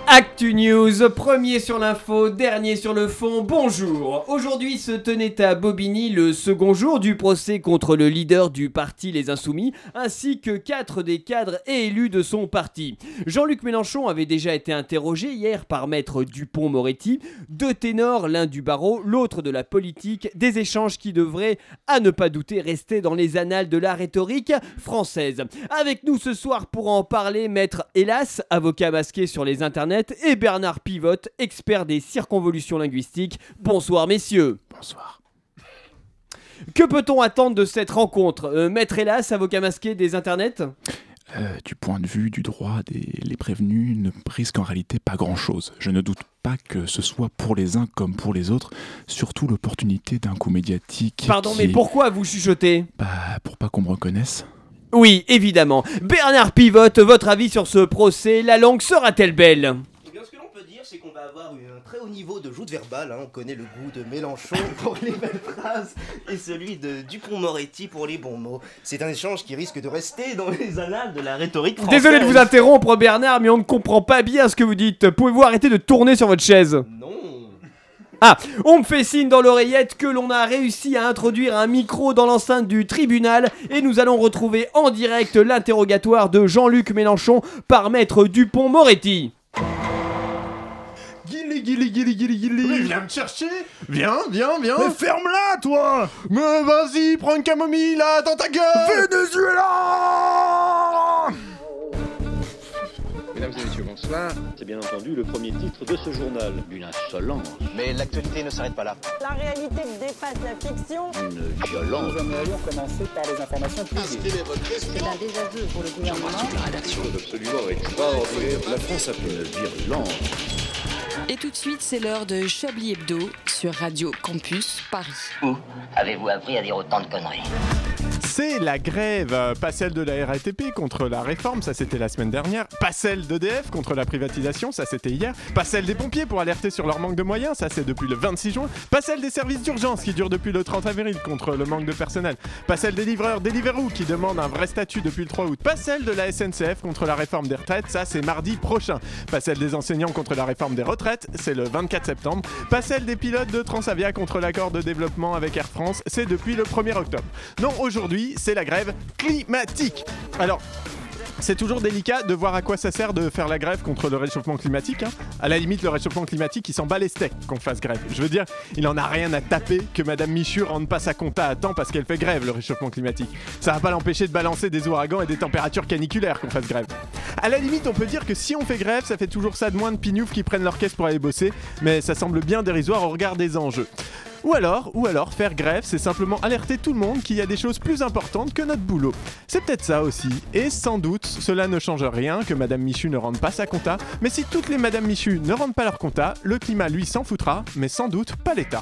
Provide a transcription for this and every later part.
Actu News, premier sur l'info, dernier sur le fond, bonjour. Aujourd'hui se tenait à Bobigny le second jour du procès contre le leader du parti Les Insoumis, ainsi que 4 des cadres et élus de son parti. Jean-Luc Mélenchon avait déjà été interrogé hier par maître Dupond-Moretti, deux ténors, l'un du barreau, l'autre de la politique, des échanges qui devraient, à ne pas douter, rester dans les annales de la rhétorique française. Avec nous ce soir pour en parler, maître Hélas, avocat masqué sur les internets, et Bernard Pivote, expert des circonvolutions linguistiques. Bonsoir messieurs. Bonsoir. Que peut-on attendre de cette rencontre, maître Hélas, avocat masqué des internets ? Du point de vue du droit, les prévenus ne risquent en réalité pas grand-chose. Je ne doute pas que ce soit pour les uns comme pour les autres, surtout l'opportunité d'un coup médiatique. Pardon, mais pourquoi vous chuchotez ? Pour pas qu'on me reconnaisse. Oui, évidemment. Bernard Pivote, votre avis sur ce procès, la langue sera-t-elle belle ? Eh bien, ce que l'on peut dire, c'est qu'on va avoir un très haut niveau de joute verbale. On connaît le goût de Mélenchon pour les belles phrases et celui de Dupond-Moretti pour les bons mots. C'est un échange qui risque de rester dans les annales de la rhétorique française. Désolé de vous interrompre, Bernard, mais on ne comprend pas bien ce que vous dites. Pouvez-vous arrêter de tourner sur votre chaise ? Non. Ah, on me fait signe dans l'oreillette que l'on a réussi à introduire un micro dans l'enceinte du tribunal et nous allons retrouver en direct l'interrogatoire de Jean-Luc Mélenchon par maître Dupond-Moretti. Mais viens me chercher. Viens. Mais ferme-la, toi. Mais vas-y, prends une camomille là, dans ta gueule. Venezuela. Mesdames et messieurs, bonsoir. C'est bien entendu le premier titre de ce journal. Une insolence. Mais l'actualité ne s'arrête pas là. La réalité dépasse la fiction. Une violence. Nous aimerions commencer par les informations privées. C'est un désaveu pour le gouvernement. La rédaction est absolument extraordinaire. La France a fait une virulence. Et tout de suite, c'est l'heure de Chablis Hebdo sur Radio Campus Paris. Où avez-vous appris à dire autant de conneries ? C'est la grève, pas celle de la RATP contre la réforme, ça c'était la semaine dernière, pas celle d'EDF contre la privatisation, ça c'était hier, pas celle des pompiers pour alerter sur leur manque de moyens, ça c'est depuis le 26 juin, pas celle des services d'urgence qui dure depuis le 30 avril contre le manque de personnel, pas celle des livreurs Deliveroo qui demandent un vrai statut depuis le 3 août, pas celle de la SNCF contre la réforme des retraites, ça c'est mardi prochain, pas celle des enseignants contre la réforme des retraites, c'est le 24 septembre, pas celle des pilotes de Transavia contre l'accord de développement avec Air France, c'est depuis le 1er octobre. Non, aujourd'hui, c'est la grève climatique. Alors, c'est toujours délicat de voir à quoi ça sert de faire la grève contre le réchauffement climatique. À la limite, le réchauffement climatique, il s'en bat les steaks qu'on fasse grève. Je veux dire, il en a rien à taper que Madame Michu rende pas sa compta à temps parce qu'elle fait grève, le réchauffement climatique. Ça va pas l'empêcher de balancer des ouragans et des températures caniculaires qu'on fasse grève. À la limite, on peut dire que si on fait grève, ça fait toujours ça de moins de pignoufs qui prennent leur caisse pour aller bosser, mais ça semble bien dérisoire au regard des enjeux. Ou alors, faire grève, c'est simplement alerter tout le monde qu'il y a des choses plus importantes que notre boulot. C'est peut-être ça aussi, et sans doute, cela ne change rien que Madame Michu ne rende pas sa compta, mais si toutes les Madame Michu ne rendent pas leur compta, le climat lui s'en foutra, mais sans doute pas l'État.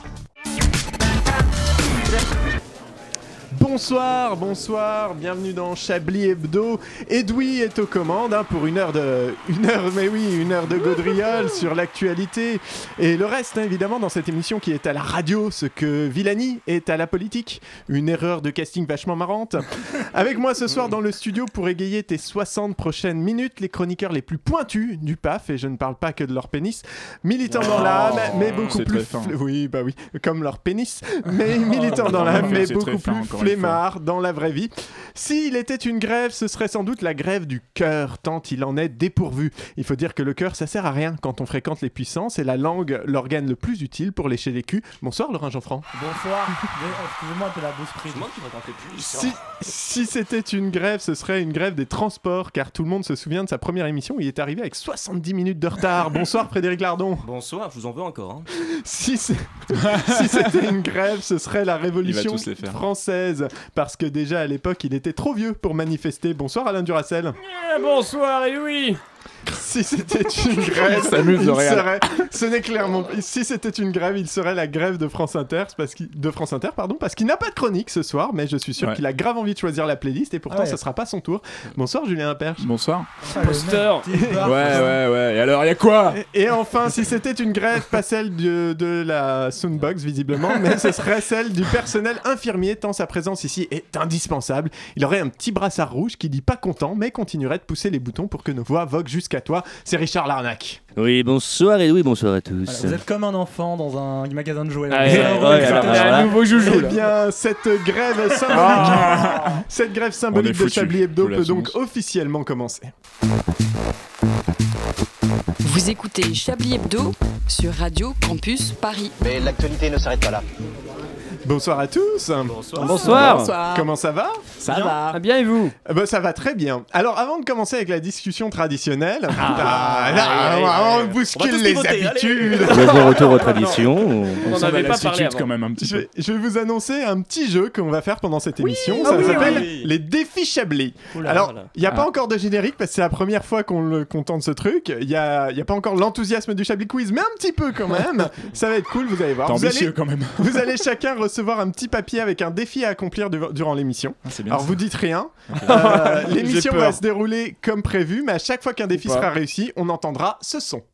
Bonsoir, bienvenue dans Chablis Hebdo. Edoui est aux commandes pour une heure de gaudriole sur l'actualité. Et le reste, évidemment, dans cette émission qui est à la radio, ce que Villani est à la politique. Une erreur de casting vachement marrante. Avec moi ce soir dans le studio pour égayer tes 60 prochaines minutes, les chroniqueurs les plus pointus du PAF, et je ne parle pas que de leur pénis, militants dans l'âme, mais beaucoup plus... Oui, comme leur pénis, mais militants dans l'âme, mais beaucoup plus flemmard dans la vraie vie. S'il était une grève, ce serait sans doute la grève du cœur, tant il en est dépourvu. Il faut dire que le cœur, ça sert à rien quand on fréquente les puissances, et la langue, l'organe le plus utile pour lécher les culs. Bonsoir Laurent Geoffrand. Bonsoir. Excusez-moi de la bouche prise. Si c'était une grève, ce serait une grève des transports, car tout le monde se souvient de sa première émission où il est arrivé avec 70 minutes de retard. Bonsoir Frédéric Lardon. Bonsoir, je vous en veux encore. Si c'était une grève, ce serait la Révolution française, parce que déjà à l'époque, il était trop vieux pour manifester. Bonsoir Alain Duracell. Bonsoir et oui. Si c'était une grève, ce n'est clairement. Si c'était une grève, il serait la grève de France Inter, parce qu'il n'a pas de chronique ce soir, mais je suis sûr qu'il a grave envie de choisir la playlist, et pourtant ça sera pas son tour. Bonsoir Julien Imperche. Bonsoir. Poster. Ouais. Et alors, il y a quoi ? Et enfin, si c'était une grève, pas celle de la Soundbox visiblement, mais ce serait celle du personnel infirmier, tant sa présence ici est indispensable. Il aurait un petit brassard rouge qui dit pas content, mais continuerait de pousser les boutons pour que nos voix voguent jusqu'à jusqu'à toi. C'est Richard Larnac. Oui, bonsoir et oui, bonsoir à tous. Voilà, vous êtes comme un enfant dans un magasin de jouets. Un nouveau joujou. Eh bien, cette grève symbolique de Chablis Hebdo peut donc officiellement commencer. Vous écoutez Chablis Hebdo sur Radio Campus Paris. Mais l'actualité ne s'arrête pas là. Bonsoir à tous. Bonsoir. Comment ça va? Ça va. Ah, bien et vous? Ça va très bien. Alors avant de commencer avec la discussion traditionnelle, on bouscule les habitudes. Le bon retour aux traditions. On n'en avait pas parlé avant. quand même un petit peu. Je vais vous annoncer un petit jeu qu'on va faire pendant cette émission. Ça s'appelle les défis Chablis. Alors, il n'y a pas encore de générique parce que c'est la première fois qu'on tente ce truc. Il n'y a pas encore l'enthousiasme du Chablis Quiz, mais un petit peu quand même. Ça va être cool, vous allez voir. T'es ambitieux quand même. Vous allez chacun recevoir un petit papier avec un défi à accomplir durant l'émission. C'est bien. Alors vous dites rien. L'émission va se dérouler comme prévu, mais à chaque fois qu'un défi sera réussi, on entendra ce son.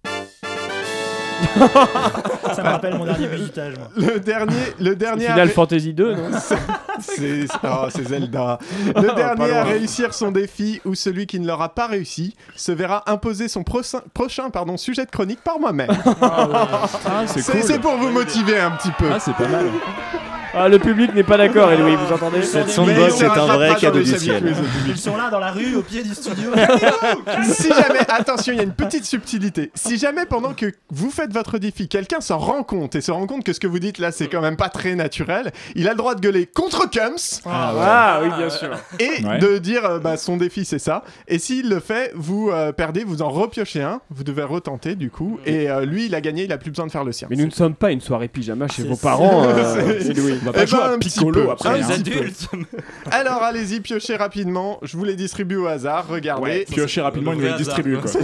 Ça me rappelle mon dernier visitage. Le dernier Final Fantasy 2, non? c'est Zelda. Le dernier à réussir son défi ou celui qui ne l'aura pas réussi se verra imposer son prochain sujet de chronique par moi-même. C'est cool. C'est pour vous motiver un petit peu. Ah, c'est pas mal. Ah, le public n'est pas d'accord, Eloï, vous entendez? Cette soundbox est un vrai cadeau du ciel. Ils sont là dans la rue, au pied du studio. Si jamais, attention, il y a une petite subtilité. Si jamais pendant que vous faites votre défi, quelqu'un s'en rend compte et se rend compte que ce que vous dites là, c'est quand même pas très naturel, il a le droit de gueuler contre Kums. Ah oui, bien sûr. Et de dire son défi c'est ça. Et s'il le fait, vous perdez, vous en repiochez un. Vous devez retenter du coup. Et lui, il a gagné, il a plus besoin de faire le sien. Mais nous ne sommes pas une soirée pyjama chez vos parents. Louis. On va pas jouer à Piccolo après. Les adultes. Alors allez-y, piochez rapidement. Je vous les distribue au hasard. Regardez. Ouais, piochez rapidement, il nous les distribue quoi.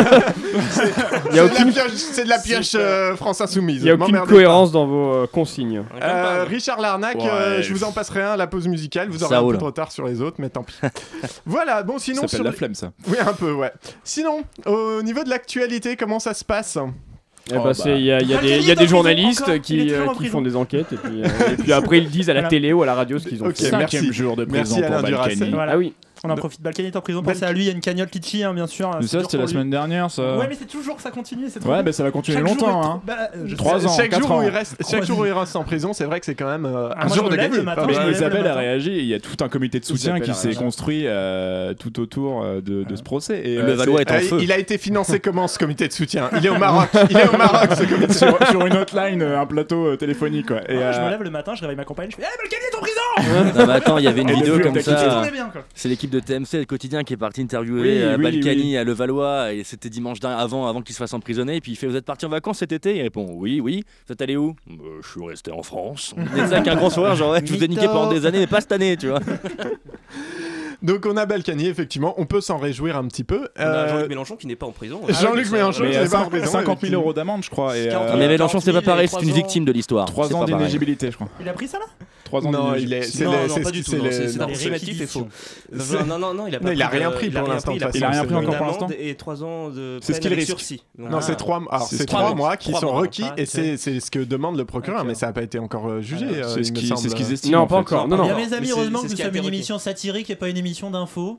C'est de la pioche France Insoumise. Il n'y a aucune cohérence dans vos consignes. Richard Larnac, je vous en passerai un à la pause musicale. Vous aurez un peu de retard sur les autres, mais tant pis. Voilà, bon sinon... Ça s'appelle la flemme ça. Oui, un peu, ouais. Sinon, au niveau de l'actualité, comment ça se passe ? Il y a des journalistes qui font des enquêtes et puis après ils disent à la télé ou à la radio ce qu'ils ont fait. 5e jour de prison pour Balkany. Ah oui. On en profite, Balkany est en prison, pensez à lui, il y a une cagnotte litchi, bien sûr. Mais ça c'était la semaine dernière ça. Ouais mais c'est toujours, ça continue, c'est trop ouais, ça va continuer longtemps. 3 ans, chaque 4 jour ans. Chaque jour où il reste en prison, c'est vrai que c'est quand même un jour de gagner. Mais Isabelle a réagi, il y a tout un comité de soutien qui s'est construit tout autour de ce procès. Et le Valois est en feu. Il a été financé comment ce comité de soutien ? Il est au Maroc ce comité sur une hotline, un plateau téléphonique quoi. Je me lève le matin, je réveille ma compagne, je fais « Balkany est en prison !» Non mais attends, il y avait une vidéo comme ça. C'est l'équipe de TMC, le quotidien, qui est parti interviewer Balkany à Levallois, et c'était dimanche avant qu'il se fasse emprisonner, et puis il fait: vous êtes parti en vacances cet été? Il répond: oui. Vous êtes allé où? Je suis resté en France. C'est ça avec un grand sourire, genre je vous ai niqué pendant des années, mais pas cette année, tu vois. Donc on a Balkany, effectivement, on peut s'en réjouir un petit peu. On a Jean-Luc Mélenchon qui n'est pas en prison. Jean-Luc Mélenchon qui n'est pas en prison. 50 000 € d'amende, je crois. Mais Mélenchon, c'est pas pareil, c'est une victime de l'histoire. 3 ans d'inéligibilité, je crois. Il a pris ça là? 3 ans non, pas du tout. C'est approximatif et faux. Non, il a rien pris pour l'instant. Il a rien pris encore pour l'instant. Et 3 ans de peine avec sursis. Non, c'est 3 mois qui sont requis et c'est ce que demande le procureur, mais ça n'a pas été encore jugé. C'est ce qu'ils estiment. Non, pas encore. Non, mes amis, heureusement que nous sommes une émission satirique et pas une émission d'info.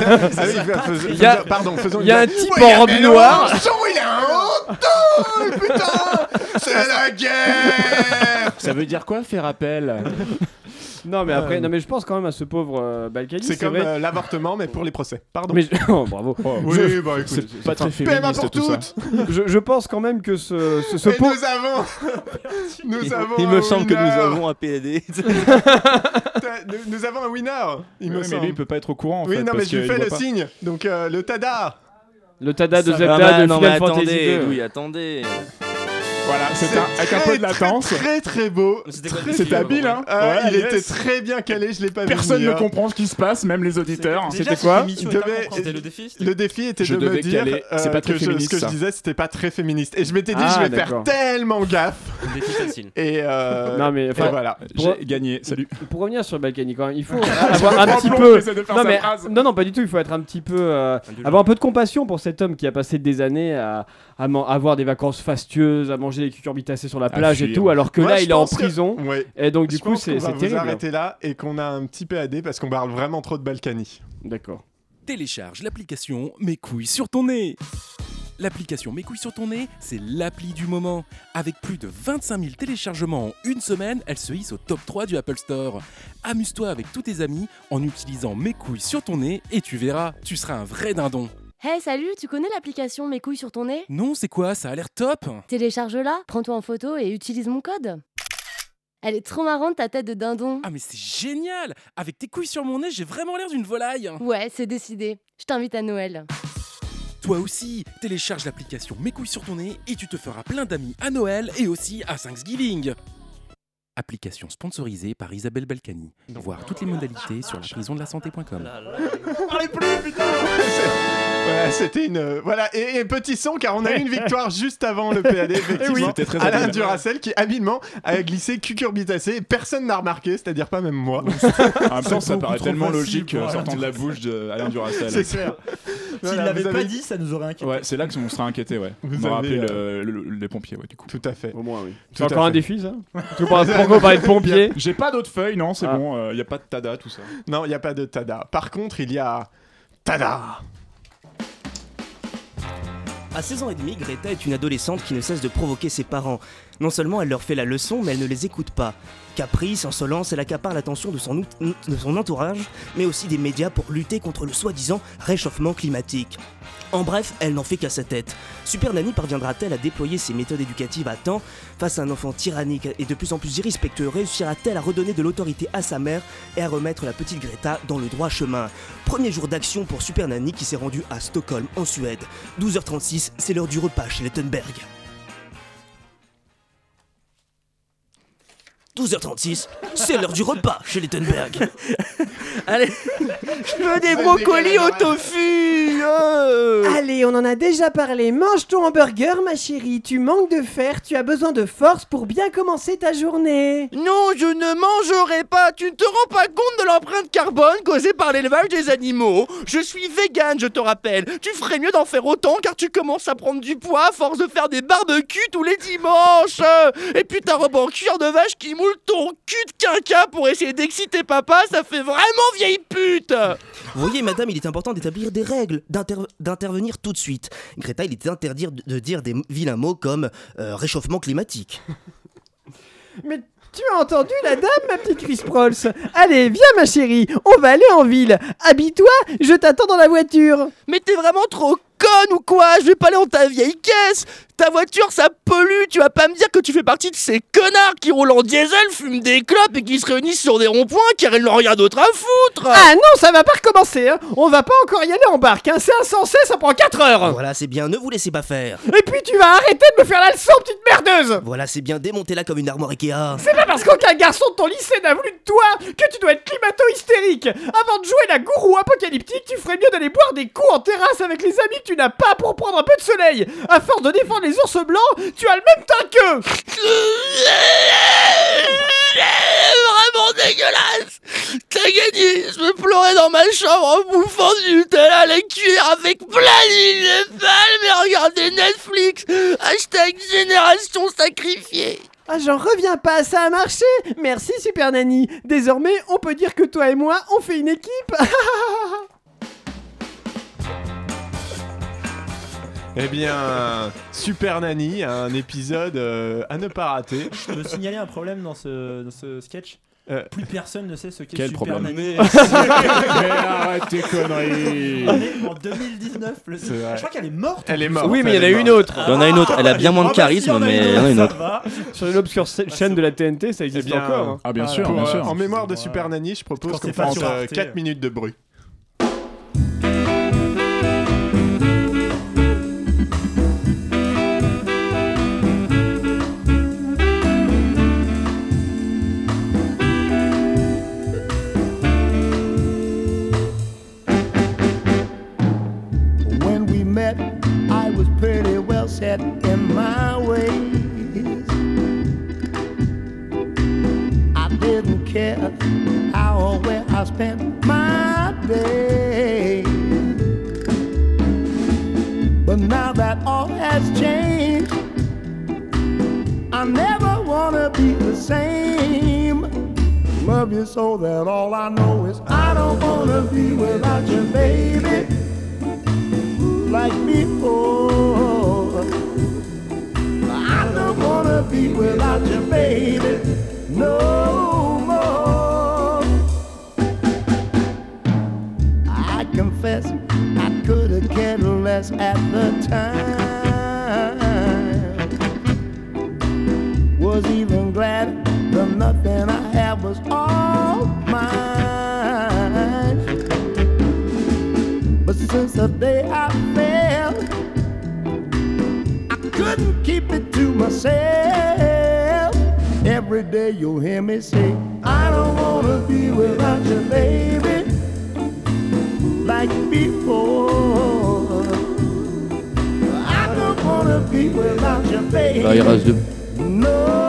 Il y a un type en robe noire. Il a un auto, putain, c'est la guerre. Ça veut dire quoi, faire appel? Non mais après, mais je pense quand même à ce pauvre Balkany. C'est comme l'avortement mais pour les procès. Pardon. Mais bravo. Oui, bah écoute, c'est pas très féministe tout ça. Je pense quand même que ce pauvre. Nous avons. Il me semble que nous avons un PAD. Nous avons un winner. Il me semble. Mais lui il peut pas être au courant. Oui, non mais je lui fais le signe. Donc le Tada. Le Tada de Zelda de Final Fantasy 2. Oui, attendez. Voilà, c'était avec un peu de latence. Très beau. C'était habile, hein. Il était très bien calé, je l'ai pas vu. Personne ne comprend ce qui se passe, même les auditeurs. C'était quoi? C'était le défi. Le défi était de me dire que ce que je disais, c'était pas très féministe. Et je m'étais dit, je vais faire tellement gaffe. Défi facile. Et non mais voilà, j'ai gagné. Salut. Pour revenir sur Balkany, quand même, il faut avoir un petit peu. Non, pas du tout. Il faut être un petit peu, avoir un peu de compassion pour cet homme qui a passé des années à avoir des vacances fastueuses, à manger des cucurbitacées sur la plage et tout, alors que là il est en prison. Et donc du coup c'est terrible. On va arrêter là et qu'on a un petit PAD parce qu'on parle vraiment trop de Balkany. D'accord. Télécharge l'application Mes couilles sur ton nez. L'application Mes couilles sur ton nez, c'est l'appli du moment. Avec plus de 25 000 téléchargements en une semaine, elle se hisse au top 3 du Apple Store. Amuse-toi avec tous tes amis en utilisant Mes couilles sur ton nez et tu verras, tu seras un vrai dindon. Hey, salut, tu connais l'application Mes couilles sur ton nez ? Non, c'est quoi ? Ça a l'air top. Télécharge-la, prends-toi en photo et utilise mon code. Elle est trop marrante, ta tête de dindon. Ah mais c'est génial! Avec tes couilles sur mon nez, j'ai vraiment l'air d'une volaille. Ouais, c'est décidé. Je t'invite à Noël. Toi aussi, télécharge l'application Mes couilles sur ton nez et tu te feras plein d'amis à Noël et aussi à Thanksgiving. Application sponsorisée par Isabelle Balkany. Voir toutes les modalités sur laprisondelasante.com. Parlez plus, putain. Voilà, c'était une... Voilà, et petit son, car on a eu une victoire juste avant le PAD, effectivement. Oui, c'était très Alain habile. Duracell, qui habilement a glissé cucurbitacé, et personne n'a remarqué, c'est-à-dire pas même moi. En même temps, ça paraît tellement logique sortant de la bouche d'Alain Duracell. C'est clair. S'il Voilà, l'avait vous pas avez- dit, ça nous aurait inquiété. Ouais, c'est là qu'on sera inquiété, ouais. Vous On va avez, rappeler les pompiers, ouais, du coup. Tout à fait. Au moins, oui. C'est encore un défi, ça? Pourquoi on parlait de pompiers? J'ai pas d'autres feuilles, non, c'est bon, y a pas de tada, tout ça. Non, il n'y a pas de tada. Par contre, il y a... Tada! À 16 ans et demi, Greta est une adolescente qui ne cesse de provoquer ses parents. Non seulement elle leur fait la leçon, mais elle ne les écoute pas. Caprice, insolence, elle accapare l'attention de son entourage, mais aussi des médias pour lutter contre le soi-disant réchauffement climatique. En bref, elle n'en fait qu'à sa tête. Super Nanny parviendra-t-elle à déployer ses méthodes éducatives à temps? Face à un enfant tyrannique et de plus en plus irrespectueux, réussira-t-elle à redonner de l'autorité à sa mère et à remettre la petite Greta dans le droit chemin? Premier jour d'action pour Super Nanny qui s'est rendue à Stockholm, en Suède. 12h36, c'est l'heure du repas chez les Thunberg. 12h36, c'est l'heure du repas chez les Thunberg. Allez, je veux des brocolis au tofu. Allez, on en a déjà parlé. Mange ton hamburger, ma chérie. Tu manques de fer, tu as besoin de force pour bien commencer ta journée. Non, je ne mangerai pas. Tu ne te rends pas compte de l'empreinte carbone causée par l'élevage des animaux. Je suis vegan, je te rappelle. Tu ferais mieux d'en faire autant car tu commences à prendre du poids à force de faire des barbecues tous les dimanches. Et puis ta robe en cuir de vache qui moule ton cul de quinquin pour essayer d'exciter papa, ça fait vraiment vieille pute. Vous voyez, madame, il est important d'établir des règles, d'intervenir tout de suite. Greta, il est interdit de dire des vilains mots comme réchauffement climatique. Mais tu as entendu la dame, ma petite Chris Prols? Allez, viens, ma chérie, on va aller en ville. Habille-toi, je t'attends dans la voiture. Mais t'es vraiment trop conne ou quoi? Je vais pas aller dans ta vieille caisse. Ta voiture, ça pollue. Tu vas pas me dire que tu fais partie de ces connards qui roulent en diesel, fument des clopes et qui se réunissent sur des ronds-points car ils n'ont rien d'autre à foutre. Ah non, ça va pas recommencer, hein. On va pas encore y aller en barque, hein. C'est insensé, ça prend 4 heures. Voilà, c'est bien, ne vous laissez pas faire. Et puis tu vas arrêter de me faire la leçon, petite merdeuse. Voilà, c'est bien, démontez-la comme une armoire Ikea. C'est pas parce qu'aucun garçon de ton lycée n'a voulu de toi que tu dois être climato-hystérique. Avant de jouer la gourou apocalyptique, tu ferais mieux d'aller boire des coups en terrasse avec les amis que tu n'as pas pour prendre un peu de soleil. À force de défendre les ours blancs, tu as le même teint qu'eux. Vraiment dégueulasse. T'as gagné. Je me pleurais dans ma chambre en bouffant du Nutella à la cuillère avec plein d'huile de palme et regarder Netflix. Hashtag génération sacrifiée. Ah, j'en reviens pas, ça a marché. Merci Super Nanny. Désormais, on peut dire que toi et moi, on fait une équipe. Eh bien, Super Nanny, un épisode à ne pas rater. Je peux signaler un problème dans ce sketch. Plus personne ne sait ce qu'est Quel Super problème? Nanny. Mais arrête tes conneries. On est en 2019. Je crois qu'elle est morte. Elle est morte. Oui, mais il y en a une autre. Il y en a une autre, elle a bien moins de charisme, mais il y en a une autre. Sur une obscure chaîne de la TNT, ça existe encore. Hein. Ah, bien sûr, Pour, bien sûr. en mémoire de Super Nanny, je propose qu'on fasse 4 minutes de bruit. When we met, I was pretty well set in my ways. I didn't care how or where I spent my day. But now that all has changed, I never wanna be the same. Love you so that all I know is I don't wanna be without you, baby. baby, no more. I confess I could have cared less at the time. Was even glad the nothing I had was all mine. But since the day I fell, I couldn't keep it to myself. Every day you'll hear me say, I don't wanna be without you, baby, like before. I don't wanna be without you, baby. Il reste deux. No.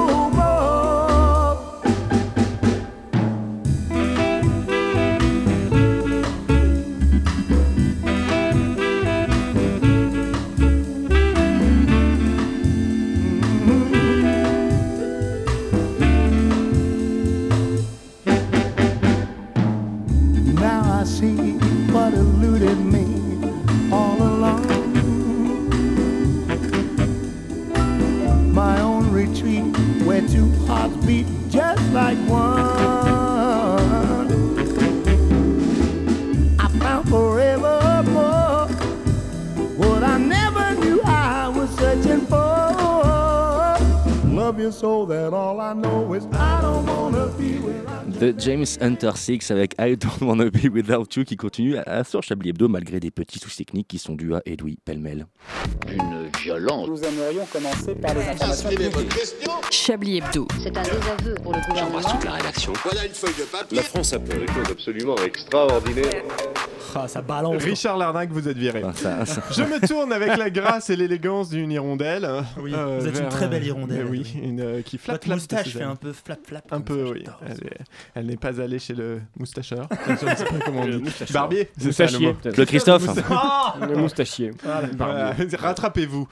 The James Hunter 6 avec I Don't Wanna Be Without You qui continue à sur Chablis Hebdo malgré des petits soucis techniques qui sont dus à Edoui pêle-mêle. Une violence. Nous aimerions commencer par les informations privées. Chablis Hebdo. C'est un désaveu pour le gouvernement. J'embrasse toute la rédaction. Voilà une feuille de papier. La France a fait des choses absolument extraordinaires. Ah, ça balance. Richard Larnac, vous êtes viré. Je me tourne avec la grâce et l'élégance d'une hirondelle. Oui, vous êtes une très belle hirondelle. Oui, une qui flappe. Votre moustache fait un peu flap. Un peu, oui. Elle n'est pas allée chez le moustacheur. Je ne sais pas comment on dit. Barbier, c'est ça le mot. Le Christophe. Le moustachier. Rattrapez-vous.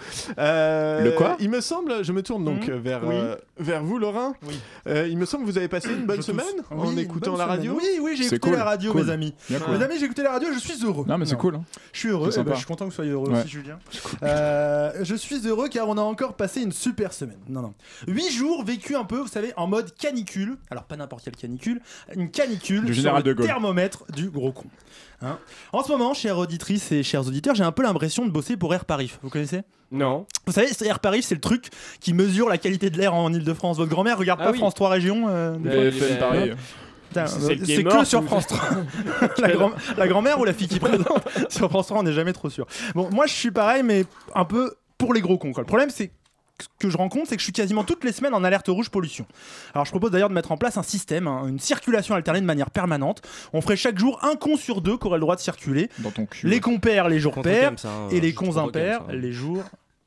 Le quoi ? Il me semble, je me tourne donc vers vous, Laurent. Oui. Il me semble que vous avez passé une bonne semaine en écoutant la radio. Oui, j'ai écouté la radio, mes amis. Mes amis, j'ai écouté la radio, je suis heureux. Non, mais c'est cool. Hein. Je suis heureux, je suis content que vous soyez heureux aussi, Julien. Je suis heureux car on a encore passé une super semaine. 8 jours vécus un peu, vous savez, en mode canicule. Alors, pas n'importe quelle canicule, une canicule du sur le de Gaulle. Thermomètre du gros con. Hein, en ce moment, chères auditrices et chers auditeurs, j'ai un peu l'impression de bosser pour Air Paris. Vous connaissez ? Non. Vous savez, Air Paris, c'est le truc qui mesure la qualité de l'air en Ile-de-France. Votre grand-mère regarde pas France 3 Régions Paris. C'est que sur France 3. La grand-mère ou la fille qui présente sur France 3, on n'est jamais trop sûr. Bon, moi je suis pareil, mais un peu pour les gros cons. Le problème, c'est que je rencontre, c'est que je suis quasiment toutes les semaines en alerte rouge pollution. Alors je propose d'ailleurs de mettre en place un système, une circulation alternée de manière permanente. On ferait chaque jour un con sur deux qui aurait le droit de circuler. Dans ton cul. Les compères, les jours pairs, et les cons impairs, les jours...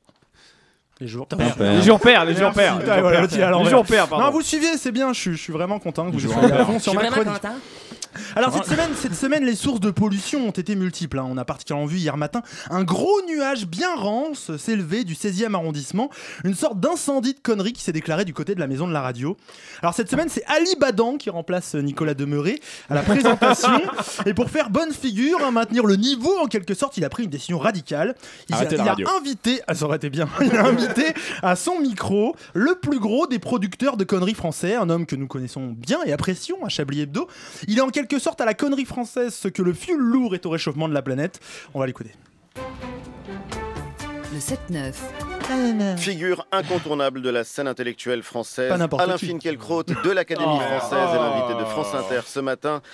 Les jours pairs. Les jours pairs. Les jours pairs, pardon. Non, vous suivez, c'est bien, je suis vraiment content que vous soyez à fond sur ma chronique. Alors cette semaine, les sources de pollution ont été multiples. On a particulièrement vu hier matin un gros nuage bien rance s'élever du 16e arrondissement, une sorte d'incendie de conneries qui s'est déclaré du côté de la maison de la radio. Alors cette semaine, c'est Ali Badan qui remplace Nicolas Demeuré à la présentation. Et pour faire bonne figure, maintenir le niveau en quelque sorte, il a pris une décision radicale. Il a invité, ça aurait été bien, il a invité à son micro le plus gros des producteurs de conneries français, un homme que nous connaissons bien et apprécions à Chablis Hebdo. Il est en quelque sorte à la connerie française ce que le fioul lourd est au réchauffement de la planète. On va l'écouter. Le 7-9. Figure incontournable de la scène intellectuelle française, Alain qui. Finkielkraut de l'Académie française est l'invité de France Inter ce matin.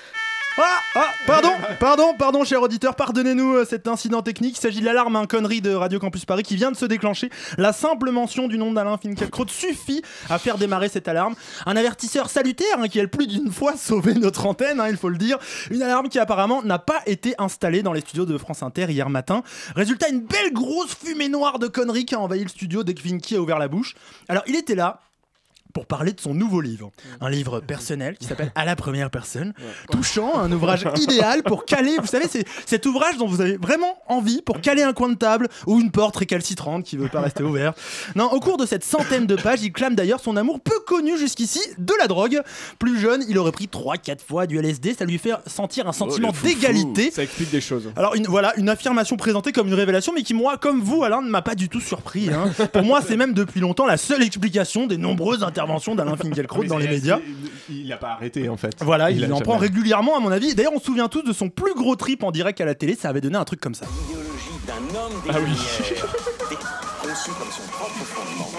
Pardon, cher auditeur, pardonnez-nous cet incident technique. Il s'agit de l'alarme à un connerie de Radio Campus Paris qui vient de se déclencher. La simple mention du nom d'Alain Finkielkraut suffit à faire démarrer cette alarme. Un avertisseur salutaire qui a plus d'une fois sauvé notre antenne, il faut le dire. Une alarme qui apparemment n'a pas été installée dans les studios de France Inter hier matin. Résultat, une belle grosse fumée noire de conneries qui a envahi le studio dès que Finky a ouvert la bouche. Alors, il était là pour parler de son nouveau livre. Un livre personnel qui s'appelle À la première personne. Touchant, un ouvrage idéal pour caler, vous savez, c'est cet ouvrage dont vous avez vraiment envie pour caler un coin de table ou une porte récalcitrante qui veut pas rester ouverte. Non, au cours de cette centaine de pages, il clame d'ailleurs son amour peu connu jusqu'ici de la drogue. Plus jeune, il aurait pris 3-4 fois du LSD, ça lui fait sentir un sentiment d'égalité. Ça explique des choses. Alors une affirmation présentée comme une révélation, mais qui moi, comme vous Alain, ne m'a pas du tout surpris. Pour moi, c'est même depuis longtemps la seule explication des nombreuses interventions interventions d'Alain Finkielkraut dans les médias. Il n'a pas arrêté en fait. Voilà, il en prend régulièrement à mon avis. D'ailleurs, on se souvient tous de son plus gros trip en direct à la télé, ça avait donné un truc comme ça. L'idéologie d'un homme des Lumières, conçu comme son propre fondement.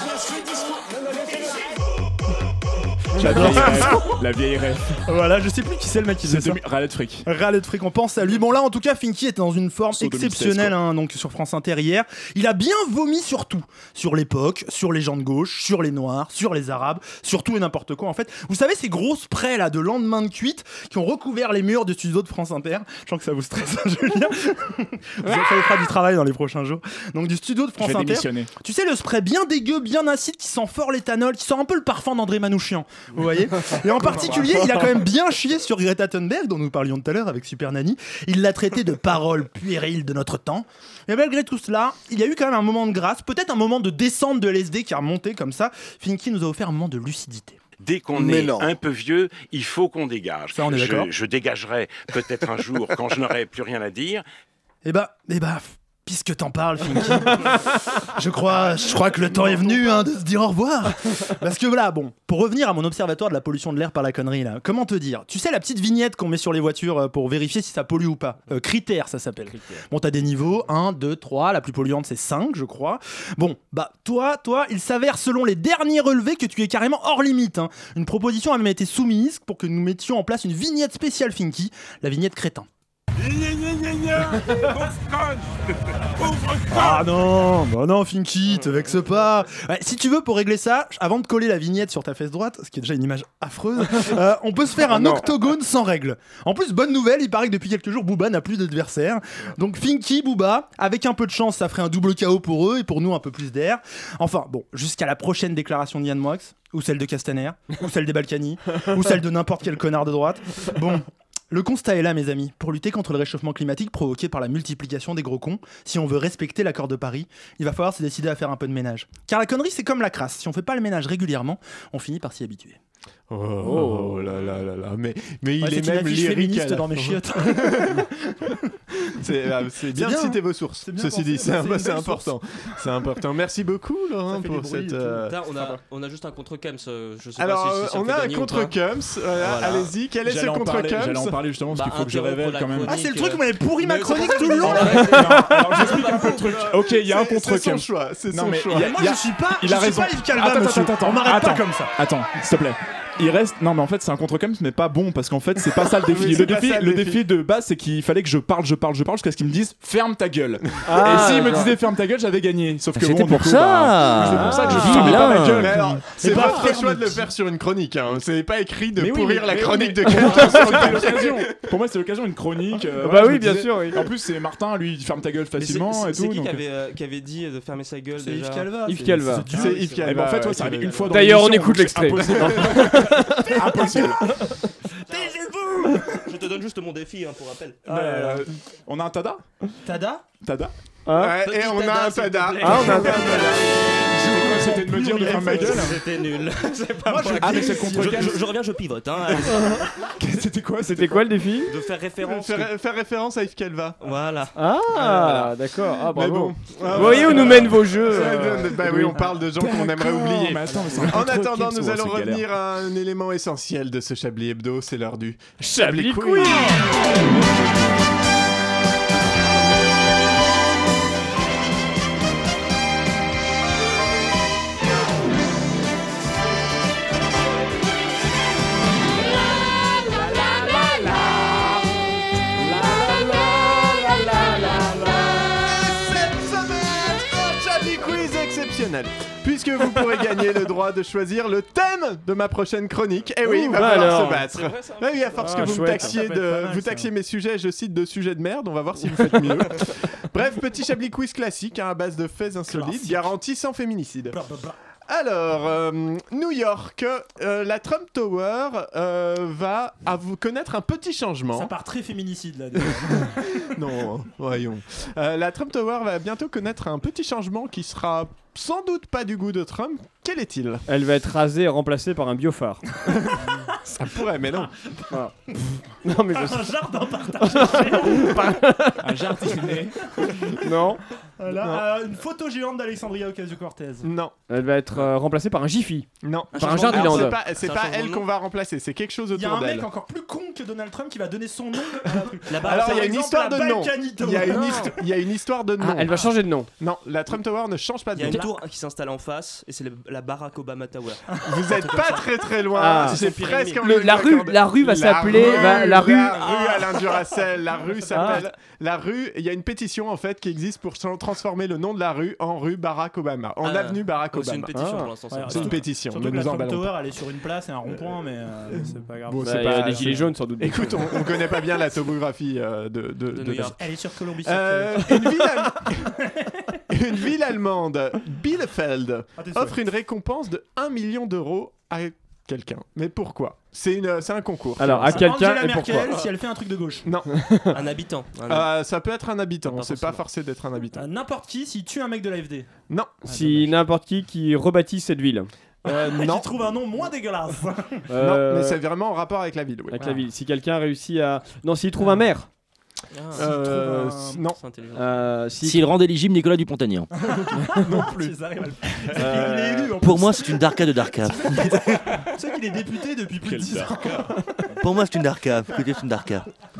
J'adore la vieille rêve. Voilà, je sais plus qui c'est le mec qui faisait ça. Râlet de fric. Râlet de fric, on pense à lui. Bon là, en tout cas, Finky était dans une forme exceptionnelle, hein, donc sur France Inter hier. Il a bien vomi sur tout, sur l'époque, sur les gens de gauche, sur les noirs, sur les arabes, sur tout et n'importe quoi en fait. Vous savez ces gros sprays là de lendemain de cuite qui ont recouvert les murs du studio de France Inter. Je sens que ça vous stresse, hein, Julien. Ça vous fera du travail dans les prochains jours. Donc du studio de France Inter. Tu sais le spray bien dégueu, bien acide, qui sent fort l'éthanol, qui sent un peu le parfum d'André Manouchian. Vous voyez. Et en particulier, il a quand même bien chié sur Greta Thunberg, dont nous parlions tout à l'heure avec Super Nanny. Il l'a traité de parole puérile de notre temps. Mais malgré tout cela, il y a eu quand même un moment de grâce, peut-être un moment de descente de LSD qui a remonté comme ça. Finky nous a offert un moment de lucidité. Dès qu'on est un peu vieux, il faut qu'on dégage. Ça, on est d'accord. Je dégagerai peut-être un jour quand je n'aurai plus rien à dire. Eh bah, puisque t'en parles, Finky, je crois que le temps est venu de se dire au revoir. Parce que voilà, bon, pour revenir à mon observatoire de la pollution de l'air par la connerie, là, comment te dire ? Tu sais la petite vignette qu'on met sur les voitures pour vérifier si ça pollue ou pas ? Critères, ça s'appelle. Bon, t'as des niveaux, 1, 2, 3, la plus polluante c'est 5, je crois. Bon, bah toi, il s'avère selon les derniers relevés que tu es carrément hors limite. Hein. Une proposition a même été soumise pour que nous mettions en place une vignette spéciale Finky, la vignette crétin. Ah non, bah non Finky, te vexe pas. Ouais, si tu veux, pour régler ça, avant de coller la vignette sur ta fesse droite, ce qui est déjà une image affreuse, on peut se faire un octogone sans règle. En plus, bonne nouvelle, il paraît que depuis quelques jours, Booba n'a plus d'adversaire. Donc Finky, Booba, avec un peu de chance, ça ferait un double KO pour eux et pour nous un peu plus d'air. Enfin bon, jusqu'à la prochaine déclaration d'Yann Moix, ou celle de Castaner, ou celle des Balkany, ou celle de n'importe quel connard de droite. Bon. Le constat est là, mes amis. Pour lutter contre le réchauffement climatique provoqué par la multiplication des gros cons, si on veut respecter l'accord de Paris, il va falloir se décider à faire un peu de ménage. Car la connerie, c'est comme la crasse. Si on fait pas le ménage régulièrement, on finit par s'y habituer. Oh là là là là, mais il ouais, est même lyrique dans mes chiottes. C'est bien de citer vos sources. Ceci dit, c'est important. C'est important. Merci beaucoup, Laurent, pour cette. On a juste un contre-Cums. Je sais alors, pas si ça on a un contre-Cums. Voilà. Allez-y. Quel est ce contre-Cums ? J'allais en parler justement parce qu'il faut que je révèle quand même. Ah, c'est le truc où on avait pourri ma chronique tout le long. Alors j'explique un peu le truc. Ok, il y a un contre-Cums. C'est son choix. Moi, je suis pas. Il a raison. Yves Calva, monsieur. On m'arrête pas comme ça. Attends, s'il te plaît. Il reste. Non, mais en fait, c'est un contre-cams, mais pas bon, parce qu'en fait, c'est pas ça le défi. Le défi de base, c'est qu'il fallait que je parle jusqu'à ce qu'ils me disent ferme ta gueule. Et s'ils me disaient ferme ta gueule, j'avais gagné. Sauf que c'était bon, pour ça. C'est pour ça que je fermais pas ma gueule. Mais alors, c'est votre choix de le faire sur une chronique. Hein. C'est pas écrit de pourrir la chronique de quelqu'un sur l'occasion. Pour moi, c'est l'occasion, une chronique. Bah oui, bien sûr. En plus, c'est Martin, lui, il ferme ta gueule facilement et tout. C'est qui qui avait dit de fermer sa gueule déjà ? Yves Calva. C'est Yves Calva. En fait, ça arrive une fois dans D'ailleurs, on écoute l'extrait. Taisez-vous. Je te donne juste mon défi pour rappel. On a un Tada ? Tada ? Et on a un Tada. On a un Tada. C'était de me dire de fermer ma gueule. C'était nul. C'est pas moi. Mais c'est contre je reviens, je pivote. C'était quoi le défi ? De faire référence. Faire référence à Yves Calva. Voilà. Ah, d'accord. Ah, bravo. Bon. Vous voyez où nous mènent vos jeux. Bah oui, on parle de gens qu'on aimerait oublier. En attendant, nous allons revenir à un élément essentiel de ce Chablis Hebdo. C'est l'heure du Chablis Quiz. Puisque vous pourrez gagner le droit de choisir le thème de ma prochaine chronique. Et oui, il va falloir se battre. Oui, à force que vous me taxiez mes sujets, je cite de sujets de merde, on va voir si vous faites mieux. Bref, petit Chablis Quiz classique à base de faits insolites, garantis sans féminicide. Alors, New York, la Trump Tower va connaître un petit changement. Ça part très féminicide là. Non, voyons. La Trump Tower va bientôt connaître un petit changement qui sera sans doute pas du goût de Trump. Quel est-il ? Elle va être rasée et remplacée par un biophare. Ça pourrait, mais non. Voilà. Non, mais un jardin partagé. Un jardinet. Non. Voilà. Une photo géante d'Alexandria Ocasio-Cortez. Non. Elle va être remplacée par un Jiffy. Non. Par un Jardiland. C'est pas elle qu'on va remplacer, c'est quelque chose autour d'elle. Il y a un mec encore plus con que Donald Trump qui va donner son nom à la truc. Alors il y a une histoire de nom. Il y a une histoire de nom. Elle va changer de nom. Non, la Trump Tower ne change pas de nom. Il y a une tour qui s'installe en face et c'est la Barack Obama Tower. Vous êtes pas très loin. C'est presque la rue va s'appeler la rue Alain Duracell. La rue s'appelle la rue. Il y a une pétition en fait qui existe pour transformer le nom de la rue en rue Barack Obama, en avenue Barack Obama. C'est une pétition pour l'instant. C'est une pétition. Surtout que la Trump Tower elle est sur une place et un rond-point, mais c'est pas grave. Il y a des gilets jaunes sans doute. Écoute, on connaît pas bien la topographie de New York. Elle est sur Columbus. Une ville allemande, Bielefeld, offre une récompense de 1 million d'euros à quelqu'un. Mais pourquoi ? C'est un concours. Alors, à quelqu'un et Merkel, pourquoi ? si elle fait un truc de gauche. Non. Un habitant. Ça peut être un habitant, c'est pas forcé d'être un habitant. N'importe qui s'il tue un mec de l'AfD. Non. Si n'importe qui rebâtit cette ville. Non. Qui trouve un nom moins dégueulasse. Non, mais c'est vraiment en rapport avec la ville. Oui. Avec la ville. Si quelqu'un réussit à. Non, s'il trouve un maire. Non. S'il rend éligible Nicolas Dupont-Aignan. Non plus. Il est élu. Pour moi, c'est une Darka de Darka. Tu sais qu'il est député depuis plus de 10 ans. Pour moi, c'est une Darka. C'est une Darka.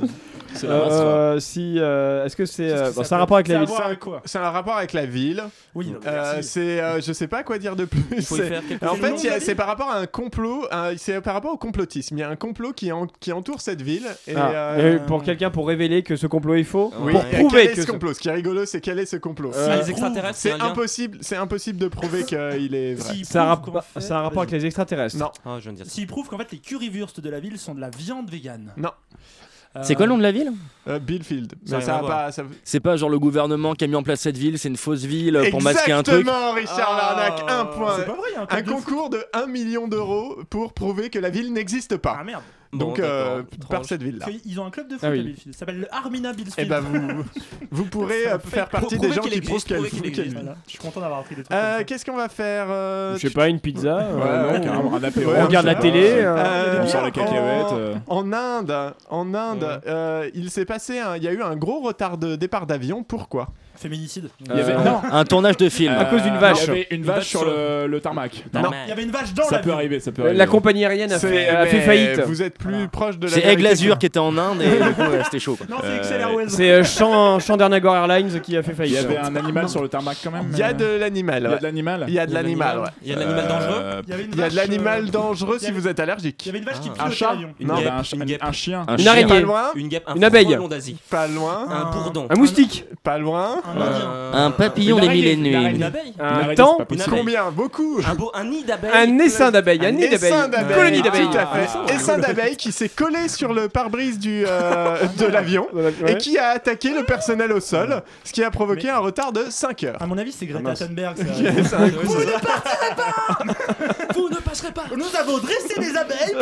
Est-ce que c'est c'est un rapport avec la ville? C'est un rapport avec la ville. Oui. Je sais pas quoi dire de plus. En fait, c'est par rapport à un complot. C'est par rapport au complotisme. Il y a un complot qui entoure cette ville. Et pour quelqu'un, pour révéler que ce complot est faux, oui. pour prouver que ce complot. Ce qui est rigolo, c'est quel est ce complot. Les extraterrestres. C'est impossible de prouver qu'il est vrai. C'est un rapport avec les extraterrestres. Non. S'il prouve qu'en fait les currywurst de la ville sont de la viande végane. Non. C'est quoi le nom de la ville? Bielefeld. C'est pas genre le gouvernement qui a mis en place cette ville, c'est une fausse ville pour masquer un truc. Exactement, Richard Larnac, un point. C'est pas vrai, un concours de 1 million d'euros pour prouver que la ville n'existe pas. Ah merde. Donc par cette ville-là. Ils ont un club de foot à Bielefeld. Ça s'appelle le Armina Bielefeld. Et bah vous pourrez faire partie des gens qui prouvent qu'elle existe. Je suis content d'avoir appris des trucs. Qu'est-ce qu'on va faire? Je sais pas, une pizza. Un apéro. On regarde la télé. On sort les cacahuètes. En Inde, il s'est passé, il y a eu un gros retard de départ d'avion. Pourquoi? Féminicide. Un tournage de film. À cause d'une vache. Il y avait une vache sur le tarmac. Non. Il y avait une vache dans ça l'avion. peut arriver. La compagnie aérienne a fait faillite. Vous êtes plus proche de la. C'est Aigle Azur qui était en Inde et du coup c'était chaud. Non, c'est XL Airways. C'est Chandernagor Airlines qui a fait faillite. Il y avait un animal sur le tarmac quand même. Il y a de l'animal. Il y a de l'animal. Il y a de l'animal. Il y a de l'animal dangereux. Il y a de l'animal dangereux si vous êtes allergique. Il y avait une vache qui un chat. Non, un chien. Une araignée. Pas loin. Une abeille. Pas loin. Un bourdon. Un moustique. Pas loin. Un papillon des mille et une nuits. Une abeille. Un temps. Combien? Beaucoup. Un nid d'abeille. Un essaim d'abeille. Un nid d'abeille. Une colonie d'abeille. Tout à fait. Essaim d'abeille qui s'est collé sur le pare-brise de l'avion et qui a attaqué le personnel au sol, ce qui a provoqué un retard de 5 heures. À mon avis, c'est Greta Thunberg. Vous ne partirez pas. Vous ne passerez pas. Nous avons dressé des abeilles.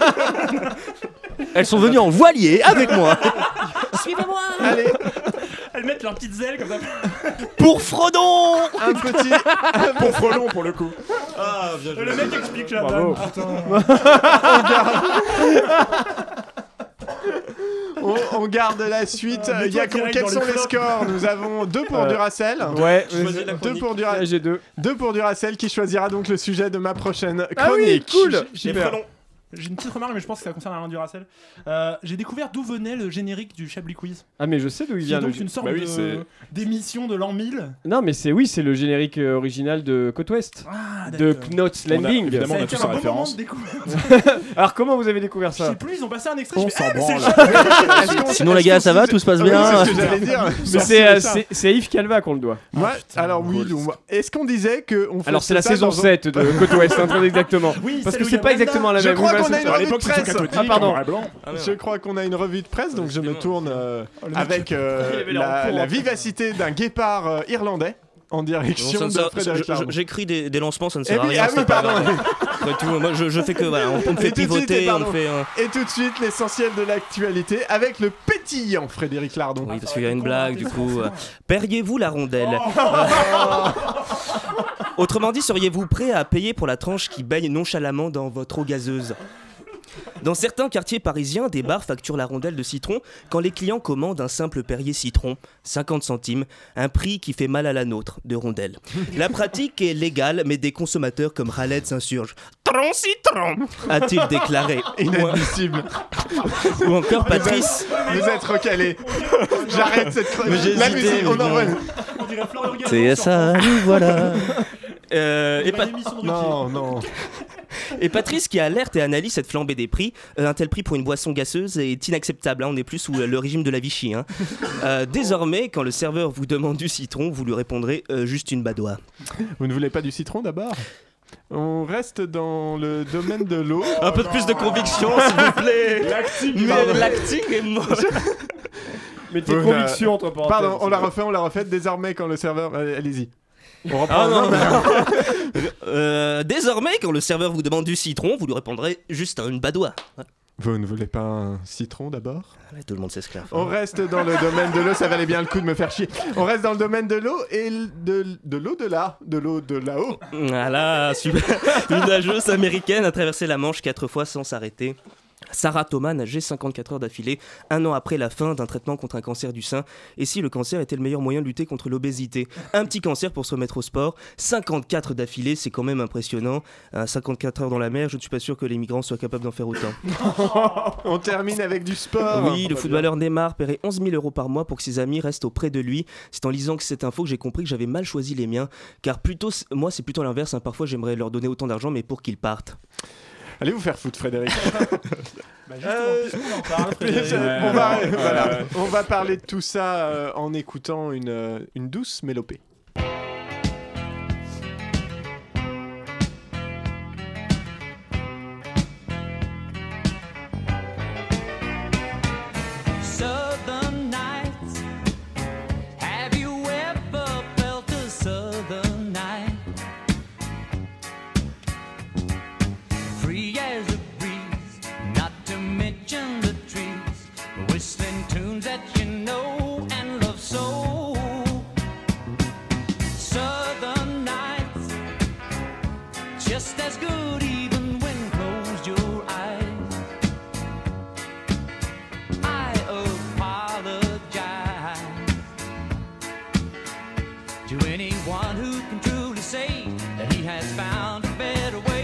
Elles sont venues en voilier avec moi. Suivez-moi. Allez. Elles mettent leurs petites ailes comme ça. Pour Frodon. Un petit. Pour Frelon pour le coup. Ah, bien joué. Le mec explique la vanne. On garde la suite. Quels sont les scores? Nous avons 2 pour Duracell. Ouais, 2 pour Duracell. J'ai 2. 2 pour Duracell qui choisira donc le sujet de ma prochaine chronique. Ah oui, cool. Super. J'ai une petite remarque, mais je pense que ça concerne Alain Duracell. J'ai découvert d'où venait le générique du Chablis Quiz. Ah, mais je sais d'où il vient. C'est donc une sorte d'émission de l'an 1000. Non, mais c'est le générique original de Côte Ouest. De Knots Landing. Évidemment, on a tous sa référence. Alors, comment vous avez découvert ça? Je sais plus, ils ont passé un extrait. On s'en branle. Sinon, les gars, ça va? Tout se passe bien? C'est ce que j'allais dire. C'est à Yves Calva qu'on le doit. Alors, oui. Est-ce qu'on disait que. Alors, c'est la saison 7 de Côte Ouest, très exactement. Parce que c'est pas exactement la même. À l'époque, ils sont catholiques, pardon. Je crois qu'on a une revue de presse, donc je me tourne avec la vivacité d'un guépard irlandais en direction de Frédéric Lardon. J'écris des lancements, ça ne sert à rien. Ah oui, pardon. Moi, je fais que voilà, on me fait pivoter, on me fait. Et tout de suite, l'essentiel de l'actualité avec le pétillant Frédéric Lardon. Oui, parce qu'il y a une blague, du coup. Paieriez-vous la rondelle? Autrement dit, seriez-vous prêt à payer pour la tranche qui baigne nonchalamment dans votre eau gazeuse? Dans certains quartiers parisiens, des bars facturent la rondelle de citron quand les clients commandent un simple Perrier citron, 50 centimes, un prix qui fait mal à la nôtre de rondelle. La pratique est légale, mais des consommateurs comme Khaled s'insurgent. Tron citron, a-t-il déclaré. Inadmissible. Ou encore Patrice. Vous êtes recalé. J'arrête cette Mais j'ai la hésité, musique, on envoie. C'est ça, nous voilà. Non. Et Patrice qui alerte et analyse cette flambée des prix. Un tel prix pour une boisson gazeuse est inacceptable, hein. On n'est plus sous le régime de la Vichy, hein. Désormais, quand le serveur vous demande du citron, vous lui répondrez juste une badoie. Vous ne voulez pas du citron d'abord ? On reste dans le domaine de l'eau. Un peu plus de conviction, s'il vous plaît. L'acting est moche. Mais tes convictions, entre parenthèses. Pardon, on l'a refait. Désormais, quand le serveur... Allez-y. On reprend. Ah non. Désormais, quand le serveur vous demande du citron, vous lui répondrez juste une badoie. Vous ne voulez pas un citron d'abord ? Tout le monde s'esclave. On reste dans le domaine de l'eau, ça valait bien le coup de me faire chier. On reste dans le domaine de l'eau et de l'eau de là-haut. Voilà, super. Une nageuse américaine a traversé la Manche 4 fois sans s'arrêter. Sarah Thomas nageait 54 heures d'affilée, un an après la fin d'un traitement contre un cancer du sein. Et si le cancer était le meilleur moyen de lutter contre l'obésité ? Un petit cancer pour se remettre au sport. 54 d'affilée, c'est quand même impressionnant. 54 heures dans la mer, je ne suis pas sûr que les migrants soient capables d'en faire autant. On termine avec du sport. Oui, le footballeur Neymar paierait 11 000 € par mois pour que ses amis restent auprès de lui. C'est en lisant cette info que j'ai compris que j'avais mal choisi les miens. Car moi, c'est plutôt l'inverse, hein. Parfois, j'aimerais leur donner autant d'argent, mais pour qu'ils partent. Allez vous faire foutre, Frédéric. Puisqu'on en parle, Frédéric. On va parler de tout ça en écoutant une douce mélopée. Southern nights. Have you ever felt a southern night? Free as a breeze, not to mention the trees, whistling tunes that you know and love so. Southern nights, just as good even when closed your eyes. I apologize to anyone who can truly say that he has found a better way.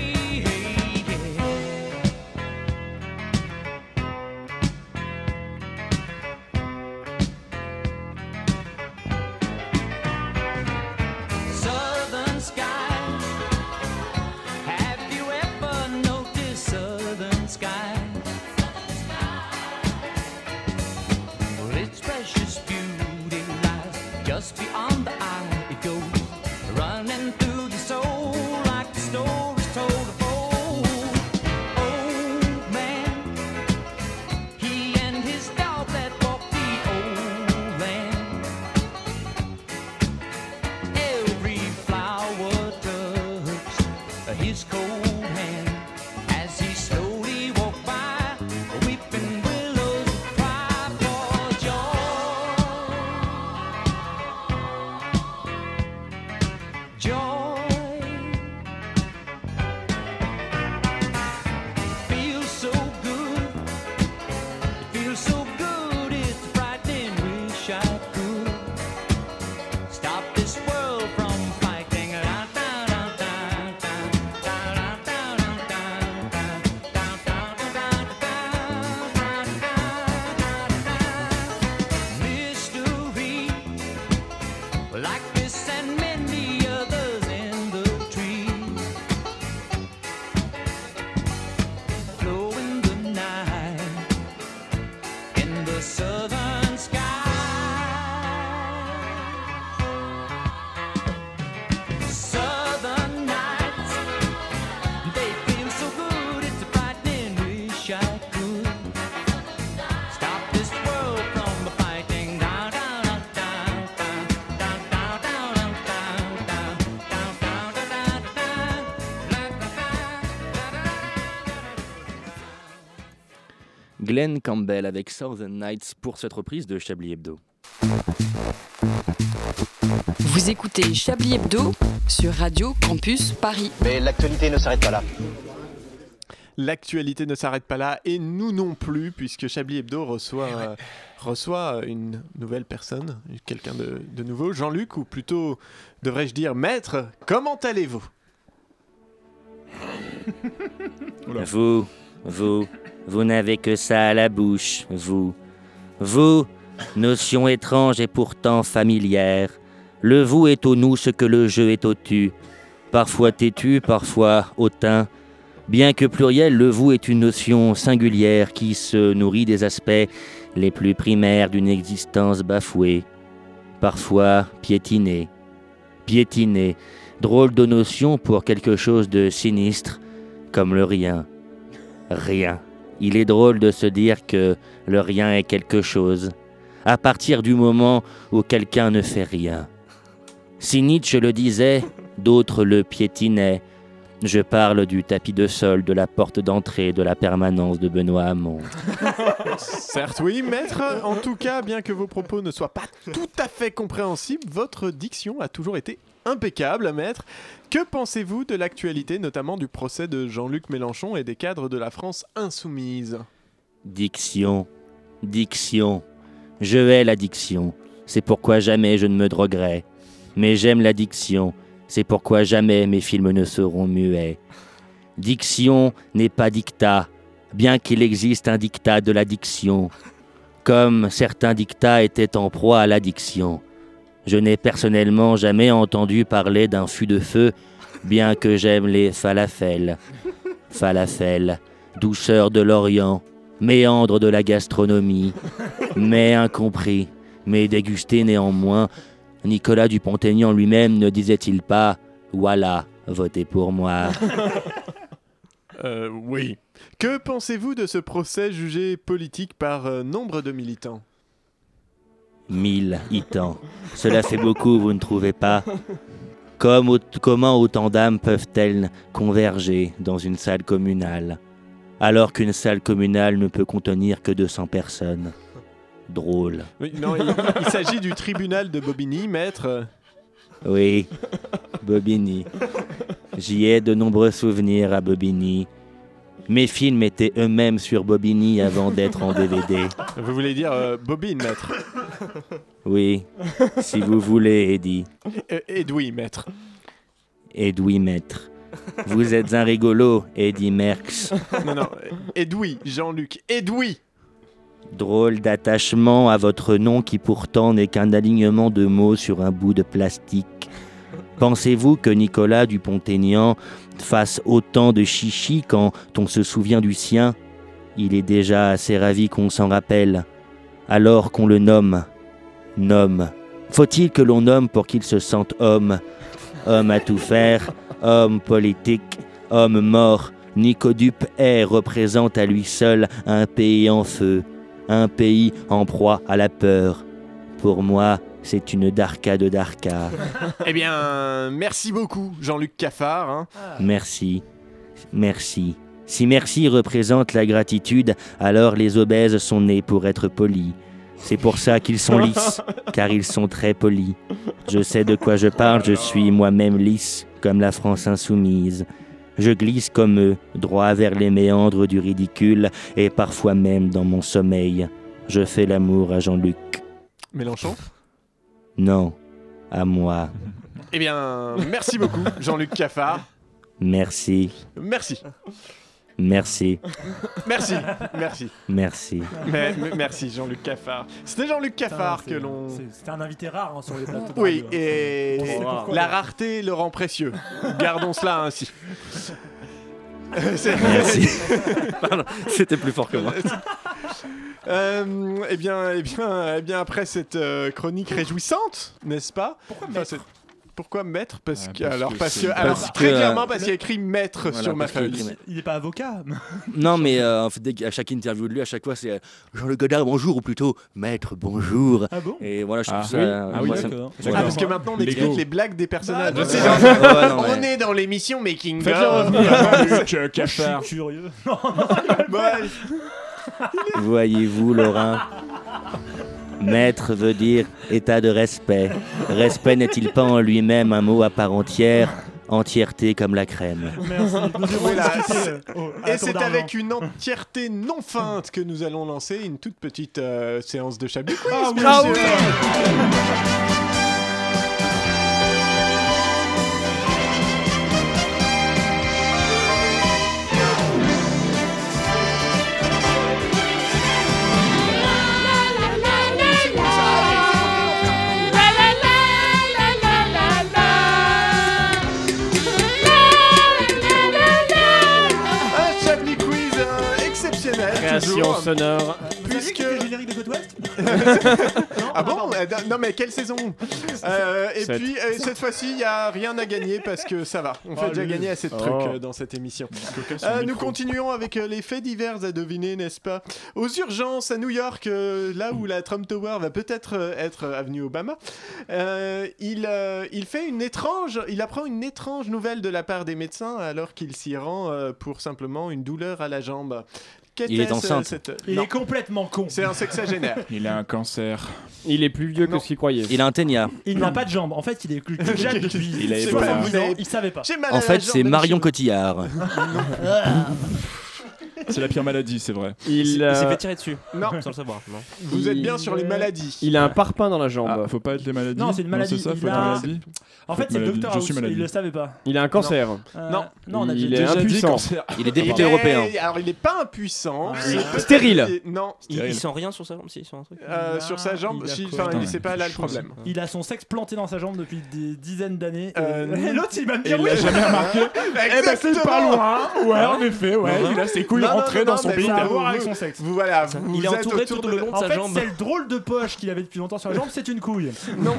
Southern skies, have you ever noticed southern skies? Well, its precious beauty lies just beyond the eye. It goes running through your soul like the stories told of old. Old man, he and his dog that walked the old land. Every flower touched his cold hand as he slowly walked by. Weeping willows cry for joy. Feels so good. It feels so good. It's frightening. Wish I could stop this world from fighting. Mystery, like this and many others in the trees, glow in the night, in the southern sky. Southern nights, they feel so good, it's a frightening. Wish I could stop this world from fighting. Down, down, down, down, down, down, down, down, down, down, down, down, Glenn Campbell avec Southern Nights pour cette reprise de Chablis Hebdo. Vous écoutez Chablis Hebdo sur Radio Campus Paris. Mais l'actualité ne s'arrête pas là. L'actualité ne s'arrête pas là et nous non plus, puisque Chablis Hebdo reçoit une nouvelle personne, quelqu'un de nouveau, Jean-Luc, ou plutôt devrais-je dire maître, comment allez-vous? Vous n'avez que ça à la bouche, vous, notion étrange et pourtant familière. Le vous est au nous ce que le je est au tu, parfois têtu, parfois hautain. Bien que pluriel, le vous est une notion singulière qui se nourrit des aspects les plus primaires d'une existence bafouée, parfois piétinée. Piétinée, drôle de notion pour quelque chose de sinistre, comme le rien. Rien. Il est drôle de se dire que le rien est quelque chose, à partir du moment où quelqu'un ne fait rien. Si Nietzsche le disait, d'autres le piétinaient. Je parle du tapis de sol, de la porte d'entrée, de la permanence de Benoît Hamon. Certes oui, maître. En tout cas, bien que vos propos ne soient pas tout à fait compréhensibles, votre diction a toujours été impeccable, maître. Que pensez-vous de l'actualité, notamment du procès de Jean-Luc Mélenchon et des cadres de la France insoumise? Diction. Je hais la diction. C'est pourquoi jamais je ne me droguerai. Mais j'aime la diction. C'est pourquoi jamais mes films ne seront muets. Diction n'est pas dictat, bien qu'il existe un dictat de la diction, comme certains dictats étaient en proie à l'addiction. Je n'ai personnellement jamais entendu parler d'un fût de feu, bien que j'aime les falafels. Falafels, douceur de l'Orient, méandre de la gastronomie, mais incompris, mais dégusté néanmoins. Nicolas Dupont-Aignan lui-même ne disait-il pas « Voilà, votez pour moi ». Oui. Que pensez-vous de ce procès jugé politique par nombre de militants? 1000 militants. Cela fait beaucoup, vous ne trouvez pas? Comment autant d'âmes peuvent-elles converger dans une salle communale, alors qu'une salle communale ne peut contenir que 200 personnes? Drôle. Oui, non, il s'agit du tribunal de Bobigny, maître. Oui, Bobigny. J'y ai de nombreux souvenirs à Bobigny. Mes films étaient eux-mêmes sur Bobigny avant d'être en DVD. Vous voulez dire bobine, maître? Oui, si vous voulez, Eddie. Edoui, maître. Edoui, maître. Vous êtes un rigolo, Eddie Merckx. Non, Edoui, Jean-Luc, Edoui. Drôle d'attachement à votre nom qui pourtant n'est qu'un alignement de mots sur un bout de plastique. Pensez-vous que Nicolas Dupont-Aignan fasse autant de chichi quand on se souvient du sien? Il est déjà assez ravi qu'on s'en rappelle. Alors qu'on le nomme. Faut-il que l'on nomme pour qu'il se sente homme? Homme à tout faire, homme politique, homme mort. Nicodup représente à lui seul un pays en feu. Un pays en proie à la peur. Pour moi, c'est une darka de darka. Eh bien, merci beaucoup, Jean-Luc Cafard. Hein. Merci. Si merci représente la gratitude, alors les obèses sont nés pour être polis. C'est pour ça qu'ils sont lisses, car ils sont très polis. Je sais de quoi je parle, je suis moi-même lisse, comme la France insoumise. Je glisse comme eux, droit vers les méandres du ridicule, et parfois même dans mon sommeil. Je fais l'amour à Jean-Luc. Mélenchon? Non, à moi. Eh bien, merci beaucoup, Jean-Luc Cafard. Merci. Merci. Merci. Merci. Merci. Merci, Jean-Luc Cafard. C'était Jean-Luc Cafard que l'on... C'était un invité rare sur les plateaux. Oui, et la rareté le rend précieux. Gardons cela ainsi. Merci. Pardon, c'était plus fort que moi. Eh bien, après cette chronique réjouissante, n'est-ce pas? Pourquoi maître? Parce que très clairement parce qu'il y a écrit maître sur ma feuille. Il n'est pas avocat. Non, mais en fait, à chaque interview de lui, à chaque fois, c'est Jean-Luc Godard, bonjour, ou plutôt maître, bonjour. Ah bon? Et voilà, je trouve ça. Oui, d'accord. Parce que maintenant on explique les blagues des personnages. On est dans l'émission Making of. Je suis curieux. Voyez-vous, Laurent, maître veut dire état de respect. Respect n'est-il pas en lui-même un mot à part entière, entièreté comme la crème. Merci. Voilà. Et c'est avec une entièreté non feinte que nous allons lancer une toute petite séance de Chablis Quiz. Ah oui. Création sonore. Puisque le générique de Côte Ouest. Ah bon Non mais quelle saison Et puis cette fois-ci il n'y a rien à gagner parce que ça va. On fait déjà gagner assez de trucs dans cette émission. Nous continuons avec les faits divers à deviner, n'est-ce pas? Aux urgences à New York, là où la Trump Tower va peut-être être avenue Obama, il apprend une étrange nouvelle de la part des médecins alors qu'il s'y rend pour simplement une douleur à la jambe. Il est enceinte. Il est complètement con. C'est un sexagénaire. Il a un cancer. Il est plus vieux que ce qu'il croyait. Il a un ténia. Il n'a pas de jambes. En fait, il est jade depuis. Il a Ebola. Il savait pas. En fait, c'est Marion Cotillard. C'est la pire maladie, c'est vrai. Il s'est fait tirer dessus. Non, sans le savoir. Non. Vous êtes bien sur les maladies. Il a un parpaing dans la jambe. Ah, faut pas être les maladies. Non, c'est une maladie. C'est ça, faut être maladie. En fait, c'est le docteur House. Il le savait pas. Il a un cancer. Non, on a il déjà est impuissant. Il est député européen. Alors, il n'est pas impuissant. Stérile. Non. Il sent rien sur sa jambe, si, sur un truc. Sur sa jambe, c'est pas là le problème. Il a son sexe planté dans sa jambe depuis des dizaines d'années. Et l'autre, il m'a bien oui. Il l'a jamais remarqué. Eh ben, c'est pas loin. Ouais, en effet, ouais. Il a ses couilles rentrées dans son pays. Ça a à voir avec son sexe. Voilà, il est entouré tout le long de sa jambe. En fait, c'est le drôle de poche qu'il avait depuis longtemps sur la jambe, c'est une couille. Non.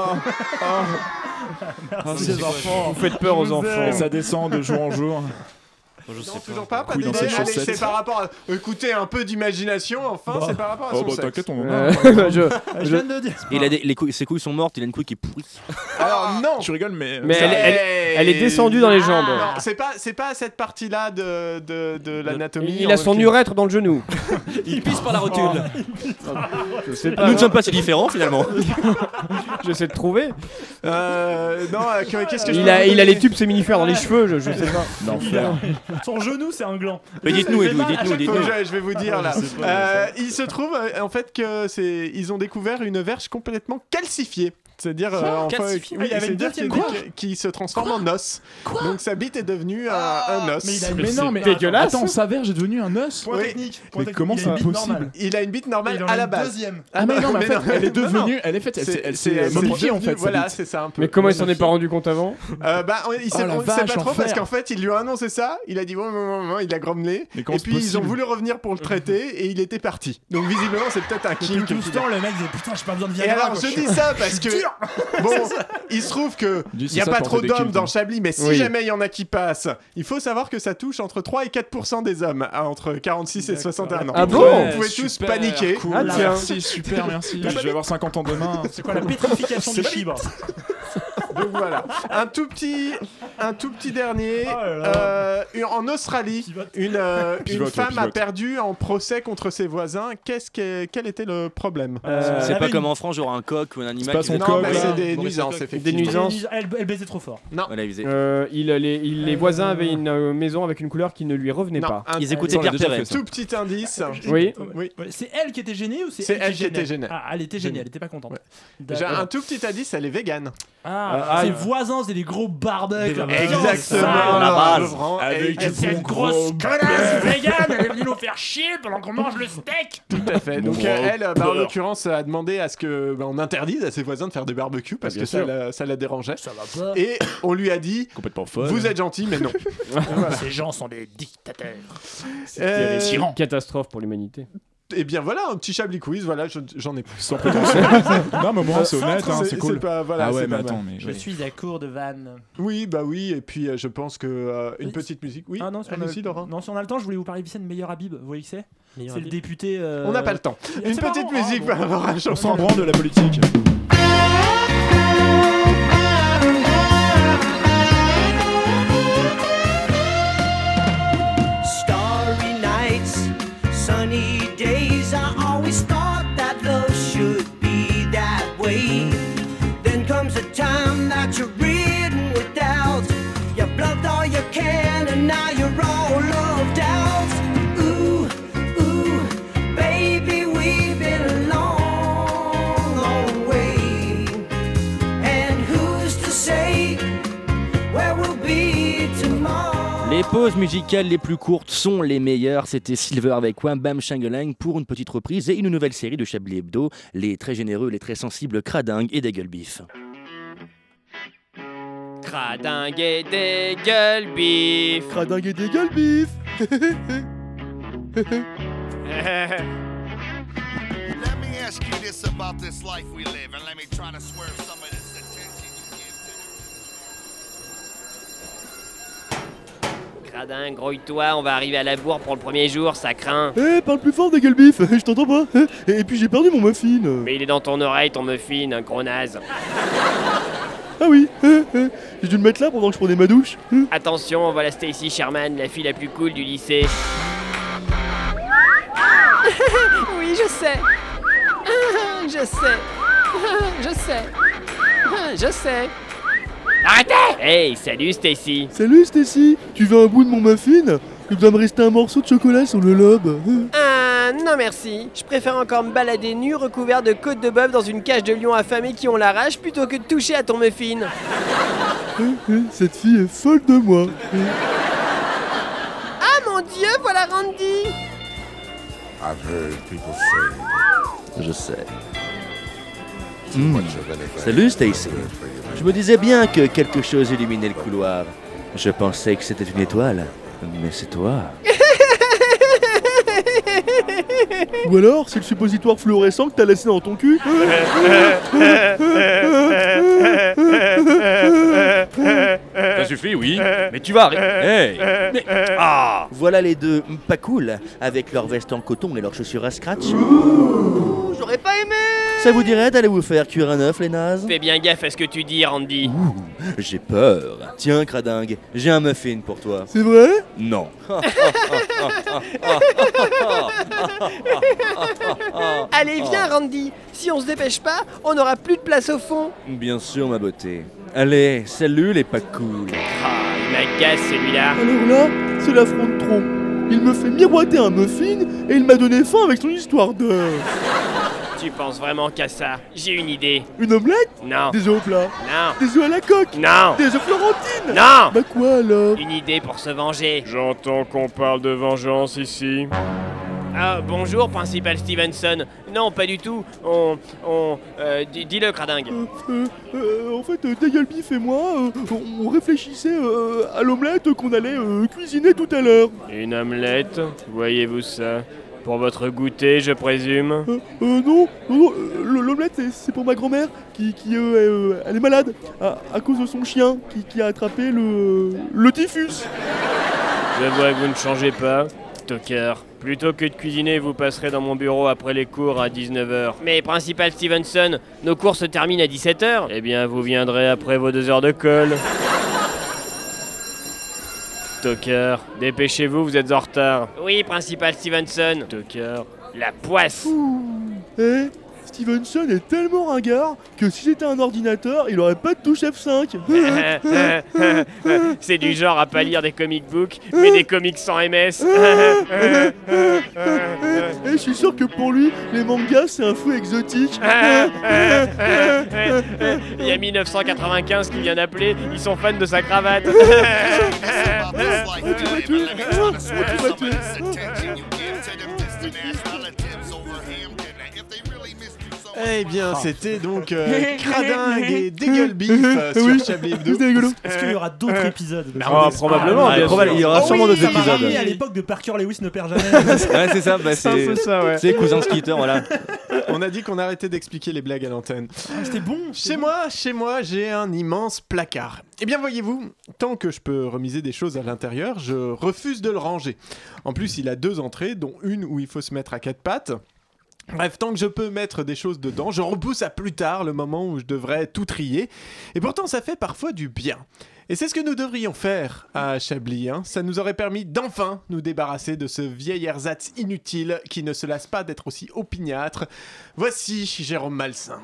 Merci les enfants. Vous faites peur aux enfants. Ça descend de jour en jour. Je sais toujours pas d'idée. Allez, c'est par rapport à... Écoutez, un peu d'imagination, enfin, c'est par rapport à son sexe. T'inquiète, on en a. Je viens de dire. Il a ses couilles sont mortes, il a une couille qui est pourrie. Alors non. Tu rigoles, mais elle est descendue dans les jambes. Non, c'est pas cette partie-là de l'anatomie. Il a son urètre dans le genou. Il pisse par la rotule. Je sais pas. Nous ne sommes pas si différents finalement. J'essaie de trouver. Non, qu'est-ce que il a les tubes séminifères dans les cheveux, je sais pas. L'enfer. Son genou, c'est un gland. Mais dites-nous. Je vais vous dire là. Il se trouve en fait que ils ont découvert une verge complètement calcifiée. C'est-à-dire qui se transforme en os. Donc sa bite est devenue un os. Mais non, mais dégueulasse. Attends, sa verge est devenue un os. Point technique. Mais comment c'est possible? Il a une bite normale à la base. Ah mais non, mais en fait, elle est devenue, elle est faite, elle s'est modifiée en fait. Voilà, c'est ça un peu. Mais comment il s'en est pas rendu compte avant? Il sait pas trop parce qu'en fait, il lui a annoncé ça. Il a dit il a grommelé. Et puis ils ont voulu revenir pour le traiter et il était parti. Donc visiblement, c'est peut-être un kill. Tout ce temps, le mec disait putain, j'ai pas besoin de Viagra. Et alors je dis ça parce que bon. Il se trouve que il n'y a pas trop d'hommes dans Chablis, mais si jamais il y en a qui passent, il faut savoir que ça touche entre 3 et 4% des hommes entre 46 et 61 ans. Ah bon? Vous pouvez tous paniquer. Cool. Ah tiens, merci, super, merci. Je vais avoir 50 ans demain. C'est quoi la pétrification du fibre? Donc voilà, un tout petit dernier. En Australie, une femme a perdu en procès contre ses voisins. Quel était le problème? C'est pas comme en France, genre un coq ou un animal. C'est pas son coq, c'est des nuisances, effectivement. Des nuisances. Elle baisait trop fort. Non. Voilà, les voisins avaient une maison avec une couleur qui ne lui revenait pas. Ils écoutaient Pierre Perret. Tout petit indice. Oui. C'est elle qui était gênée ou c'est elle qui était gênée? Ah, elle était gênée, elle était pas contente. J'ai un tout petit indice, elle est végane. Ses voisins, c'est des gros barbecues. Exactement. La base. Avec une grosse connasse végane, elle est venue nous faire chier pendant qu'on mange le steak. Tout à fait. Donc elle, en l'occurrence, a demandé à ce que on interdise à ses voisins de faire des barbecues parce que ça la dérangeait. Ça va pas. Et on lui a dit complètement folle. Vous êtes gentil, mais non. Ces gens sont des dictateurs. C'est une catastrophe pour l'humanité. Et bien voilà, un petit Chablis quiz, voilà, j'en ai plus. Sans prétention. Non, mais moi, c'est honnête, c'est cool. Voilà, ah ouais, mais attends, mais... Je suis à court de vannes. Oui, bah oui, et puis je pense que une petite musique... Oui, ah non, Laurent. Non, si on a le temps, je voulais vous parler vite fait de Meilleur Habib. Vous voyez qui c'est? C'est le député... On n'a pas le temps. Une petite musique par rapport à la chanson. On s'en branle de la politique. Starry nights, sunny days, I always thought that love should be that way. Then comes a time that you're ridden with doubt. Les pauses musicales les plus courtes sont les meilleures. C'était Silver avec Wham Bam Shangalang pour une petite reprise et une nouvelle série de Chablis Hebdo, les très généreux, les très sensibles Cradingue et des gueules bif. Cradingue et des gueules bif. Cradingue et des gueules bif. Let me ask you this about this life we live, and let me try to swerve some of this attention you give to. Cradingue, grouille-toi, on va arriver à la bourre pour le premier jour, ça craint. Parle plus fort des gueules bif, je t'entends pas. Et puis j'ai perdu mon muffin. Mais il est dans ton oreille, ton muffin, un gros naze. Ah oui, j'ai dû le mettre là pendant que je prenais ma douche. Attention, voilà Stacy Sherman, la fille la plus cool du lycée. Oui, je sais. Je sais. Arrêtez! Hey, salut Stacy. Salut Stacy, tu veux un bout de mon muffin? Il doit me rester un morceau de chocolat sur le lobe. Non merci. Je préfère encore me balader nu recouvert de côte de bœuf dans une cage de lions affamés qui ont la rage plutôt que de toucher à ton muffin. Cette fille est folle de moi. Ah mon Dieu, voilà Randy. I've heard people say. Je sais. Salut Stacy. Je me disais bien que quelque chose illuminait le couloir. Je pensais que c'était une étoile, mais c'est toi. Ou alors, c'est le suppositoire fluorescent que t'as laissé dans ton cul. Ça suffit, oui. Mais tu vas arrêter. Hey. Mais... Ah. Voilà les deux pas cool, avec leur veste en coton et leurs chaussures à scratch. J'aurais pas aimé. Ça vous dirait d'aller vous faire cuire un œuf, les nazes? Fais bien gaffe à ce que tu dis, Randy. J'ai peur. Tiens, Cradingue, j'ai un muffin pour toi. C'est vrai? Non. Allez, viens, Randy. Si on se dépêche pas, on n'aura plus de place au fond. Bien sûr, ma beauté. Allez, salut les pas cool. Ah, il m'agace celui-là. Alors là, c'est l'affront de trop. Il me fait miroiter un muffin et il m'a donné faim avec son histoire d'œuf. Tu penses vraiment qu'à ça? J'ai une idée. Une omelette? Non. Des œufs au plat? Non. Des œufs à la coque? Non. Des œufs Florentine? Non. Bah quoi alors? Une idée pour se venger. J'entends qu'on parle de vengeance ici. Ah, bonjour, Principal Stevenson. Non, pas du tout. Dis-le, Cradingue. En fait, Dagalbif et moi, on réfléchissait à l'omelette qu'on allait cuisiner tout à l'heure. Une omelette? Voyez-vous ça? Pour votre goûter, je présume? Non, l'omelette c'est pour ma grand-mère qui elle est malade à cause de son chien qui a attrapé le typhus. Je vois que vous ne changez pas. Stoker. Plutôt que de cuisiner, vous passerez dans mon bureau après les cours à 19h. Mais Principal Stevenson, nos cours se terminent à 17h. Eh bien, vous viendrez après vos 2 heures de colle. Stoker, dépêchez-vous, vous êtes en retard. Oui, Principal Stevenson. Stoker. La poisse. Stevenson est tellement ringard que si c'était un ordinateur, il aurait pas de touche F5. C'est du genre à pas lire des comic books, mais des comics sans MS. Et je suis sûr que pour lui, les mangas c'est un fouet exotique. Il y a 1995 qui vient d'appeler, ils sont fans de sa cravate. Eh bien, c'était donc Cradingue et Dégueulebif sur Chablis Hebdo. C'était rigolo. Est-ce qu'il y aura d'autres épisodes? Probablement, il y aura sûrement d'autres Ça m'a épisodes. ramené à l'époque de Parker Lewis ne perd jamais. Ouais, c'est ça. C'est un peu ça, ouais. C'est cousin skitter, voilà. On a dit qu'on arrêtait d'expliquer les blagues à l'antenne. C'était bon. Chez moi, j'ai un immense placard. Eh bien, voyez-vous, tant que je peux remiser des choses à l'intérieur, je refuse de le ranger. En plus, il a 2 entrées, dont une où il faut se mettre à 4 pattes. Bref, tant que je peux mettre des choses dedans, je repousse à plus tard le moment où je devrais tout trier. Et pourtant, ça fait parfois du bien. Et c'est ce que nous devrions faire à Chablis, hein. Ça nous aurait permis d'enfin nous débarrasser de ce vieil ersatz inutile qui ne se lasse pas d'être aussi opiniâtre. Voici Jérôme Malsain.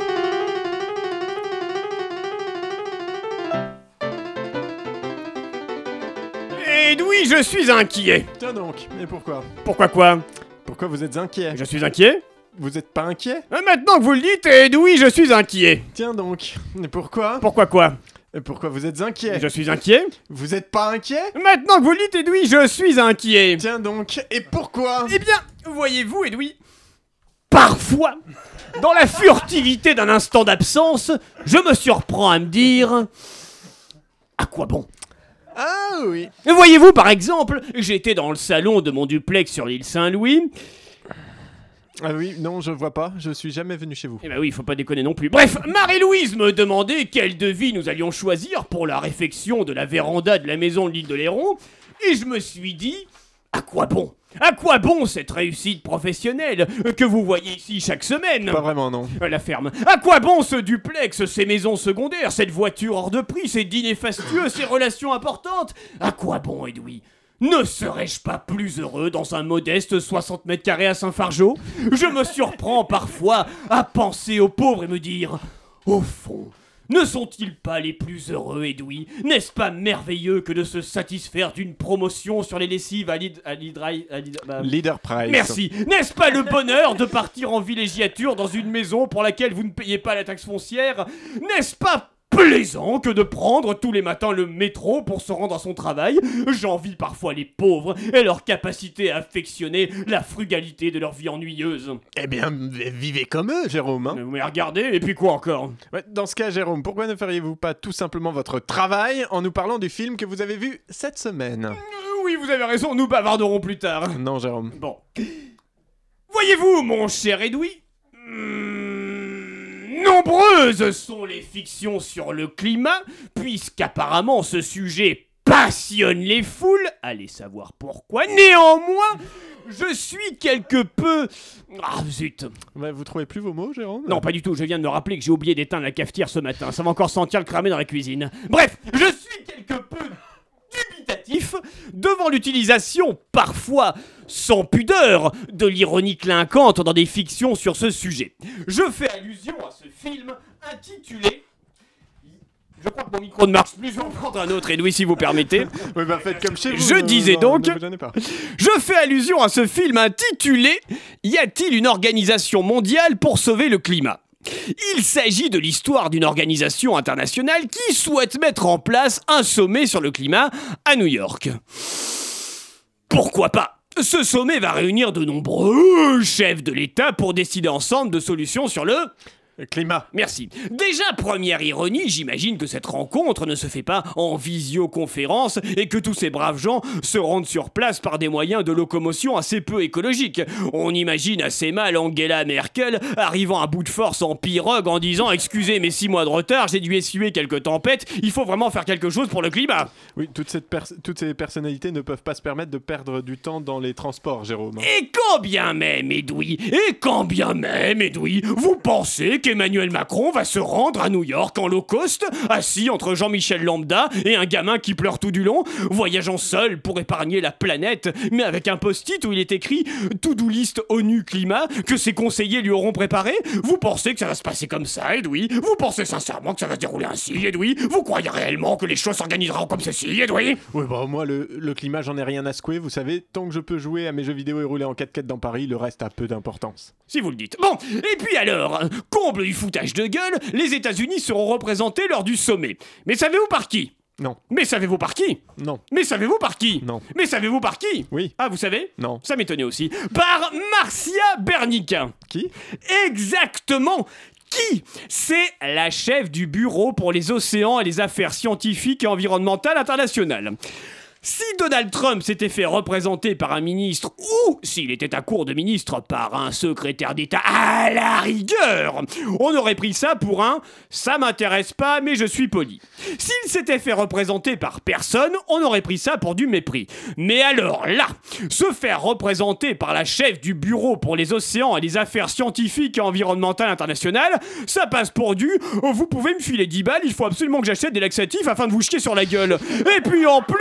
Edoui, je suis inquiet. Tiens donc, et pourquoi? Pourquoi quoi? Pourquoi vous êtes inquiet? Je suis inquiet? Vous êtes pas inquiet? Maintenant que vous le dites, Edoui, je suis inquiet. Tiens donc, et pourquoi? Pourquoi quoi? Pourquoi vous êtes inquiet? Je suis inquiet. Vous êtes pas inquiet? Maintenant que vous le dites, Edoui, je suis inquiet. Tiens donc, et pourquoi? Eh bien, voyez-vous, Edoui, parfois, dans la furtivité d'un instant d'absence, je me surprends à me dire... À quoi bon? Ah oui. Voyez-vous, par exemple, j'étais dans le salon de mon duplex sur l'île Saint-Louis. Ah oui, non, je vois pas, je suis jamais venu chez vous. Eh ben oui, faut pas déconner non plus. Bref, Marie-Louise me demandait quel devis nous allions choisir pour la réfection de la véranda de la maison de l'île de Léron, et je me suis dit, à quoi bon? À quoi bon cette réussite professionnelle que vous voyez ici chaque semaine? Pas vraiment, non. La ferme. À quoi bon ce duplex, ces maisons secondaires, cette voiture hors de prix, ces dîners fastueux, ces relations importantes? À quoi bon, Edoui? Ne serais-je pas plus heureux dans un modeste 60 mètres carrés à Saint-Fargeau? Je me surprends parfois à penser aux pauvres et me dire, au fond, ne sont-ils pas les plus heureux, Edoui? N'est-ce pas merveilleux que de se satisfaire d'une promotion sur les lessives à Leader Price. Merci. N'est-ce pas le bonheur de partir en villégiature dans une maison pour laquelle vous ne payez pas la taxe foncière? N'est-ce pas plaisant que de prendre tous les matins le métro pour se rendre à son travail? J'envie parfois les pauvres et leur capacité à affectionner la frugalité de leur vie ennuyeuse. Eh bien, vivez comme eux, Jérôme. Hein. Vous m'avez regardé, et puis quoi encore? Ouais, dans ce cas, Jérôme, pourquoi ne feriez-vous pas tout simplement votre travail en nous parlant du film que vous avez vu cette semaine? Oui, vous avez raison, nous bavarderons plus tard. Non, Jérôme. Bon. Voyez-vous, mon cher Edoui, nombreuses sont les fictions sur le climat, puisqu'apparemment ce sujet passionne les foules. Allez savoir pourquoi. Néanmoins, je suis quelque peu... Ah zut. Ouais, vous trouvez plus vos mots, Jérôme? Non, pas du tout. Je viens de me rappeler que j'ai oublié d'éteindre la cafetière ce matin. Ça va encore sentir le cramer dans la cuisine. Bref, je suis quelque peu dubitatif devant l'utilisation, parfois sans pudeur, de l'ironie clinquante dans des fictions sur ce sujet. Je fais allusion à ce film intitulé... Je crois que mon micro ne marche plus, je vais en prendre un autre, Edoui, si vous permettez. Oui, bah faites comme chez vous. Je disais donc, ne vous gênez pas. Je fais allusion à ce film intitulé « Y a-t-il une organisation mondiale pour sauver le climat ?» Il s'agit de l'histoire d'une organisation internationale qui souhaite mettre en place un sommet sur le climat à New York. Pourquoi pas? Ce sommet va réunir de nombreux chefs de l'État pour décider ensemble de solutions sur le climat. Merci. Déjà, première ironie, j'imagine que cette rencontre ne se fait pas en visioconférence et que tous ces braves gens se rendent sur place par des moyens de locomotion assez peu écologiques. On imagine assez mal Angela Merkel arrivant à bout de force en pirogue en disant « Excusez mes 6 mois de retard, j'ai dû essuyer quelques tempêtes, il faut vraiment faire quelque chose pour le climat ». Oui, toutes ces personnalités ne peuvent pas se permettre de perdre du temps dans les transports, Jérôme. Et quand bien même, Edoui, vous pensez qu'Emmanuel Macron va se rendre à New York en low cost, assis entre Jean-Michel Lambda et un gamin qui pleure tout du long, voyageant seul pour épargner la planète, mais avec un post-it où il est écrit « To-do list ONU climat » que ses conseillers lui auront préparé? Vous pensez que ça va se passer comme ça, Edoui? Vous pensez sincèrement que ça va se dérouler ainsi, Edoui? Vous croyez réellement que les choses s'organiseront comme ceci, Edoui? Oui, bah moi, le climat, j'en ai rien à secouer, vous savez, tant que je peux jouer à mes jeux vidéo et rouler en 4x4 dans Paris, le reste a peu d'importance. Si vous le dites. Bon, et puis alors, comble du foutage de gueule, les États-Unis seront représentés lors du sommet. Mais savez-vous par qui? Non. Mais savez-vous par qui? Non. Mais savez-vous par qui? Non. Mais savez-vous par qui? Oui. Ah, vous savez? Non. Ça m'étonnait aussi. Par Marcia Bernica. Qui? Exactement. Qui? C'est la chef du Bureau pour les océans et les affaires scientifiques et environnementales internationales. Si Donald Trump s'était fait représenter par un ministre ou s'il était à court de ministre par un secrétaire d'État à la rigueur, on aurait pris ça pour un « ça m'intéresse pas mais je suis poli ». S'il s'était fait représenter par personne, on aurait pris ça pour du mépris. Mais alors là, se faire représenter par la chef du Bureau pour les océans et les affaires scientifiques et environnementales internationales, ça passe pour du « vous pouvez me filer 10 balles, il faut absolument que j'achète des laxatifs afin de vous chier sur la gueule ». Et puis en plus,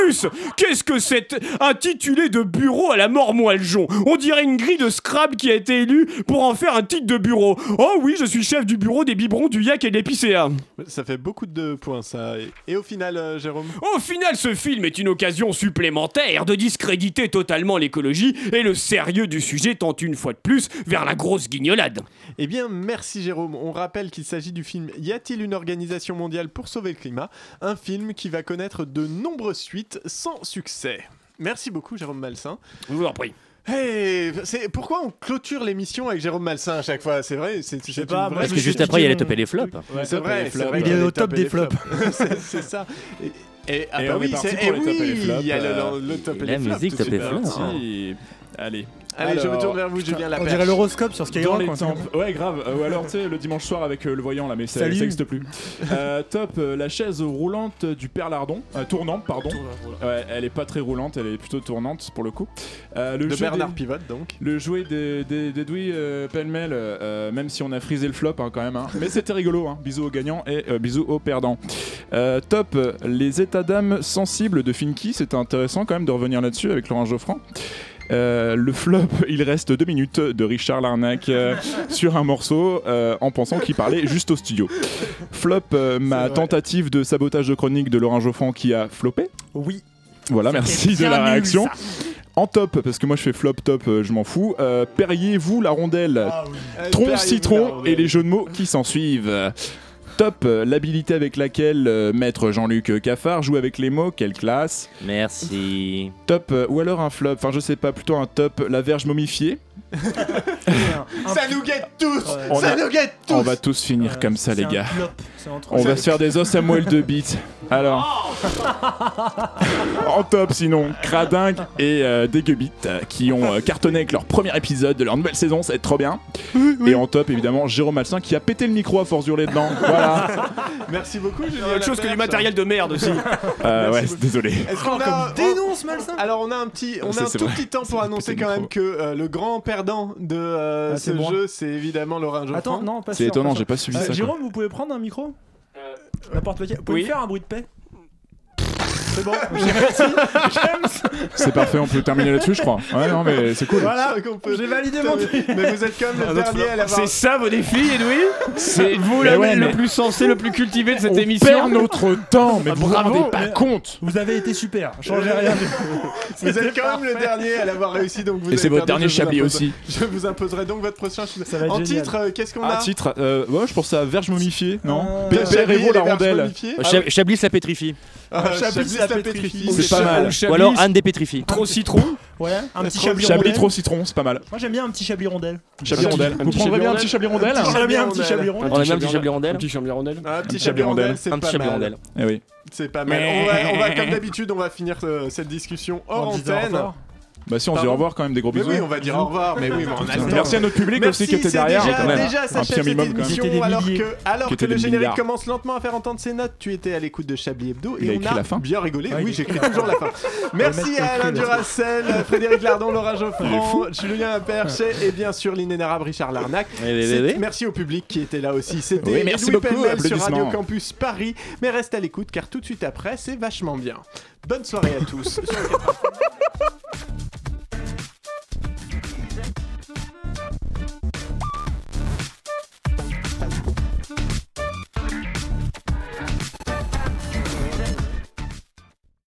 Qu'est-ce que c'est intitulé de bureau à la mort moeljon? On dirait une grille de Scrabble qui a été élue pour en faire un titre de bureau. Oh oui, je suis chef du bureau des biberons du Yak et de l'épicéa. Ça fait beaucoup de points, ça. Et au final, Jérôme? Au final, ce film est une occasion supplémentaire de discréditer totalement l'écologie et le sérieux du sujet tend une fois de plus vers la grosse guignolade. Eh bien, merci Jérôme. On rappelle qu'il s'agit du film Y a-t-il une organisation mondiale pour sauver le climat? Un film qui va connaître de nombreuses suites sans succès. Merci beaucoup Jérôme Malsain. Je vous en prie. Hey, pourquoi on clôture l'émission avec Jérôme Malsain à chaque fois? C'est vrai, je sais pas. Parce que juste après, il y a les top et les flops. Ouais, c'est vrai, il est au top des flops. c'est ça. Et ah bah oui, il y a le top et les flops. La musique top et flops. Allez. Allez, je me tourne vers vous, Julien Laperche. On dirait l'horoscope sur Skyrock. Ouais, grave. Ou alors, tu sais, le dimanche soir avec le voyant là, mais ça n'existe plus. Top, la chaise roulante du Père Lardon. Tournante, pardon. Ouais, elle est pas très roulante, elle est plutôt tournante pour le coup. De Bernard Pivot, donc. Le jouet d'Edoui pêle-mêle, même si on a frisé le flop quand même. Mais c'était rigolo. Bisous aux gagnants et bisous aux perdants. Top, les états d'âme sensibles de Finky. C'était intéressant quand même de revenir là-dessus avec Laurent Geoffrand. Le flop, il reste 2 minutes de Richard Larnac sur un morceau en pensant qu'il parlait juste au studio. Flop, ma tentative de sabotage de chronique de Laurent Geoffrand qui a floppé. Oui. Voilà, merci de la réaction. Nul, en top, parce que moi je fais flop top, je m'en fous. Perrier, vous la rondelle, tronc, citron et les jeux de mots qui s'en suivent. Top, l'habilité avec laquelle maître Jean-Luc Caffard joue avec les mots, quelle classe. Merci. Top, ou alors un flop, enfin je sais pas, plutôt un top, la verge momifiée. Ça nous guette tous. Nous guette tous. On va tous finir comme ça les gars. On va se faire des os à moelle de bite. Alors en top sinon Cradingue et Dégueubit qui ont cartonné avec leur premier épisode de leur nouvelle saison, ça va être trop bien. Et en top évidemment Jérôme Malsain qui a pété le micro à force d'hurler dedans. Voilà. Merci beaucoup. Autre chose que du matériel de merde aussi. Ouais, désolé. Est-ce qu'on a dénonce Malsain? Alors on a un tout petit temps pour annoncer quand même que le grand perdant de ce jeu, c'est évidemment Laurent Geoffrand. Attends, non, pas sûr. C'est étonnant, j'ai pas suivi ça. Jérôme, vous pouvez prendre un micro? N'importe lequel. Vous pouvez faire un bruit de paix? C'est bon. C'est parfait, on peut terminer là-dessus, je crois. Ouais, non, mais c'est cool. Voilà, j'ai validé mon truc. Mais vous êtes quand même le dernier à l'avoir. C'est ça vos défis, Edoui? C'est vous le plus sensé, le plus cultivé de cette émission. On perd notre temps, mais vous vous rendez pas compte. Vous avez été super, changez rien. Vous êtes quand même le dernier à l'avoir réussi, donc vous. Et c'est votre dernier Chablis aussi. Je vous imposerai donc votre prochain. En titre, qu'est-ce qu'on a? En titre, je pense à verge momifiée, non? Pérez-vous la rondelle. Chablis la pétrifie. Chablis la pétrifie. C'est pas mal. Ou alors Anne des pétrifie. Trop citron. Ouais, un petit Chablis Chablis rondelle. trop citron, c'est pas mal. Moi j'aime bien un petit Chablis rondelle. Chablis rondelle. Vous prendrez bien un petit Chablis rondelle? J'aimerais bien un petit Chablis rondelle. On aime bien un petit Chablis rondelle. Un petit Chablis rondelle. Un petit Chablis rondelle, c'est pas mal. Eh oui. C'est pas mal. On va comme d'habitude, on va finir cette discussion hors antenne. Bah si on se dit au revoir quand même, des gros bisous. Mais oui, on va dire au revoir, mais oui, mais on a le temps. Merci à notre public aussi qui était derrière. Déjà s'achève cette émission alors que le générique milliards. commence lentement à faire entendre ses notes. Tu étais à l'écoute de Chablis Hebdo Il a et écrit on a la fin. bien rigolé. Oui, j'écris toujours la fin. Merci à Alain Duracell, Frédéric Lardon, Laurent Geoffrand, Julien Laperche et bien sûr l'inénarrable Richard Larnac. Merci au public qui était là aussi. C'était Edoui Pellemel sur Radio Campus Paris. Mais reste à l'écoute car tout de suite après, c'est vachement bien. Bonne soirée à tous. Sur le 80.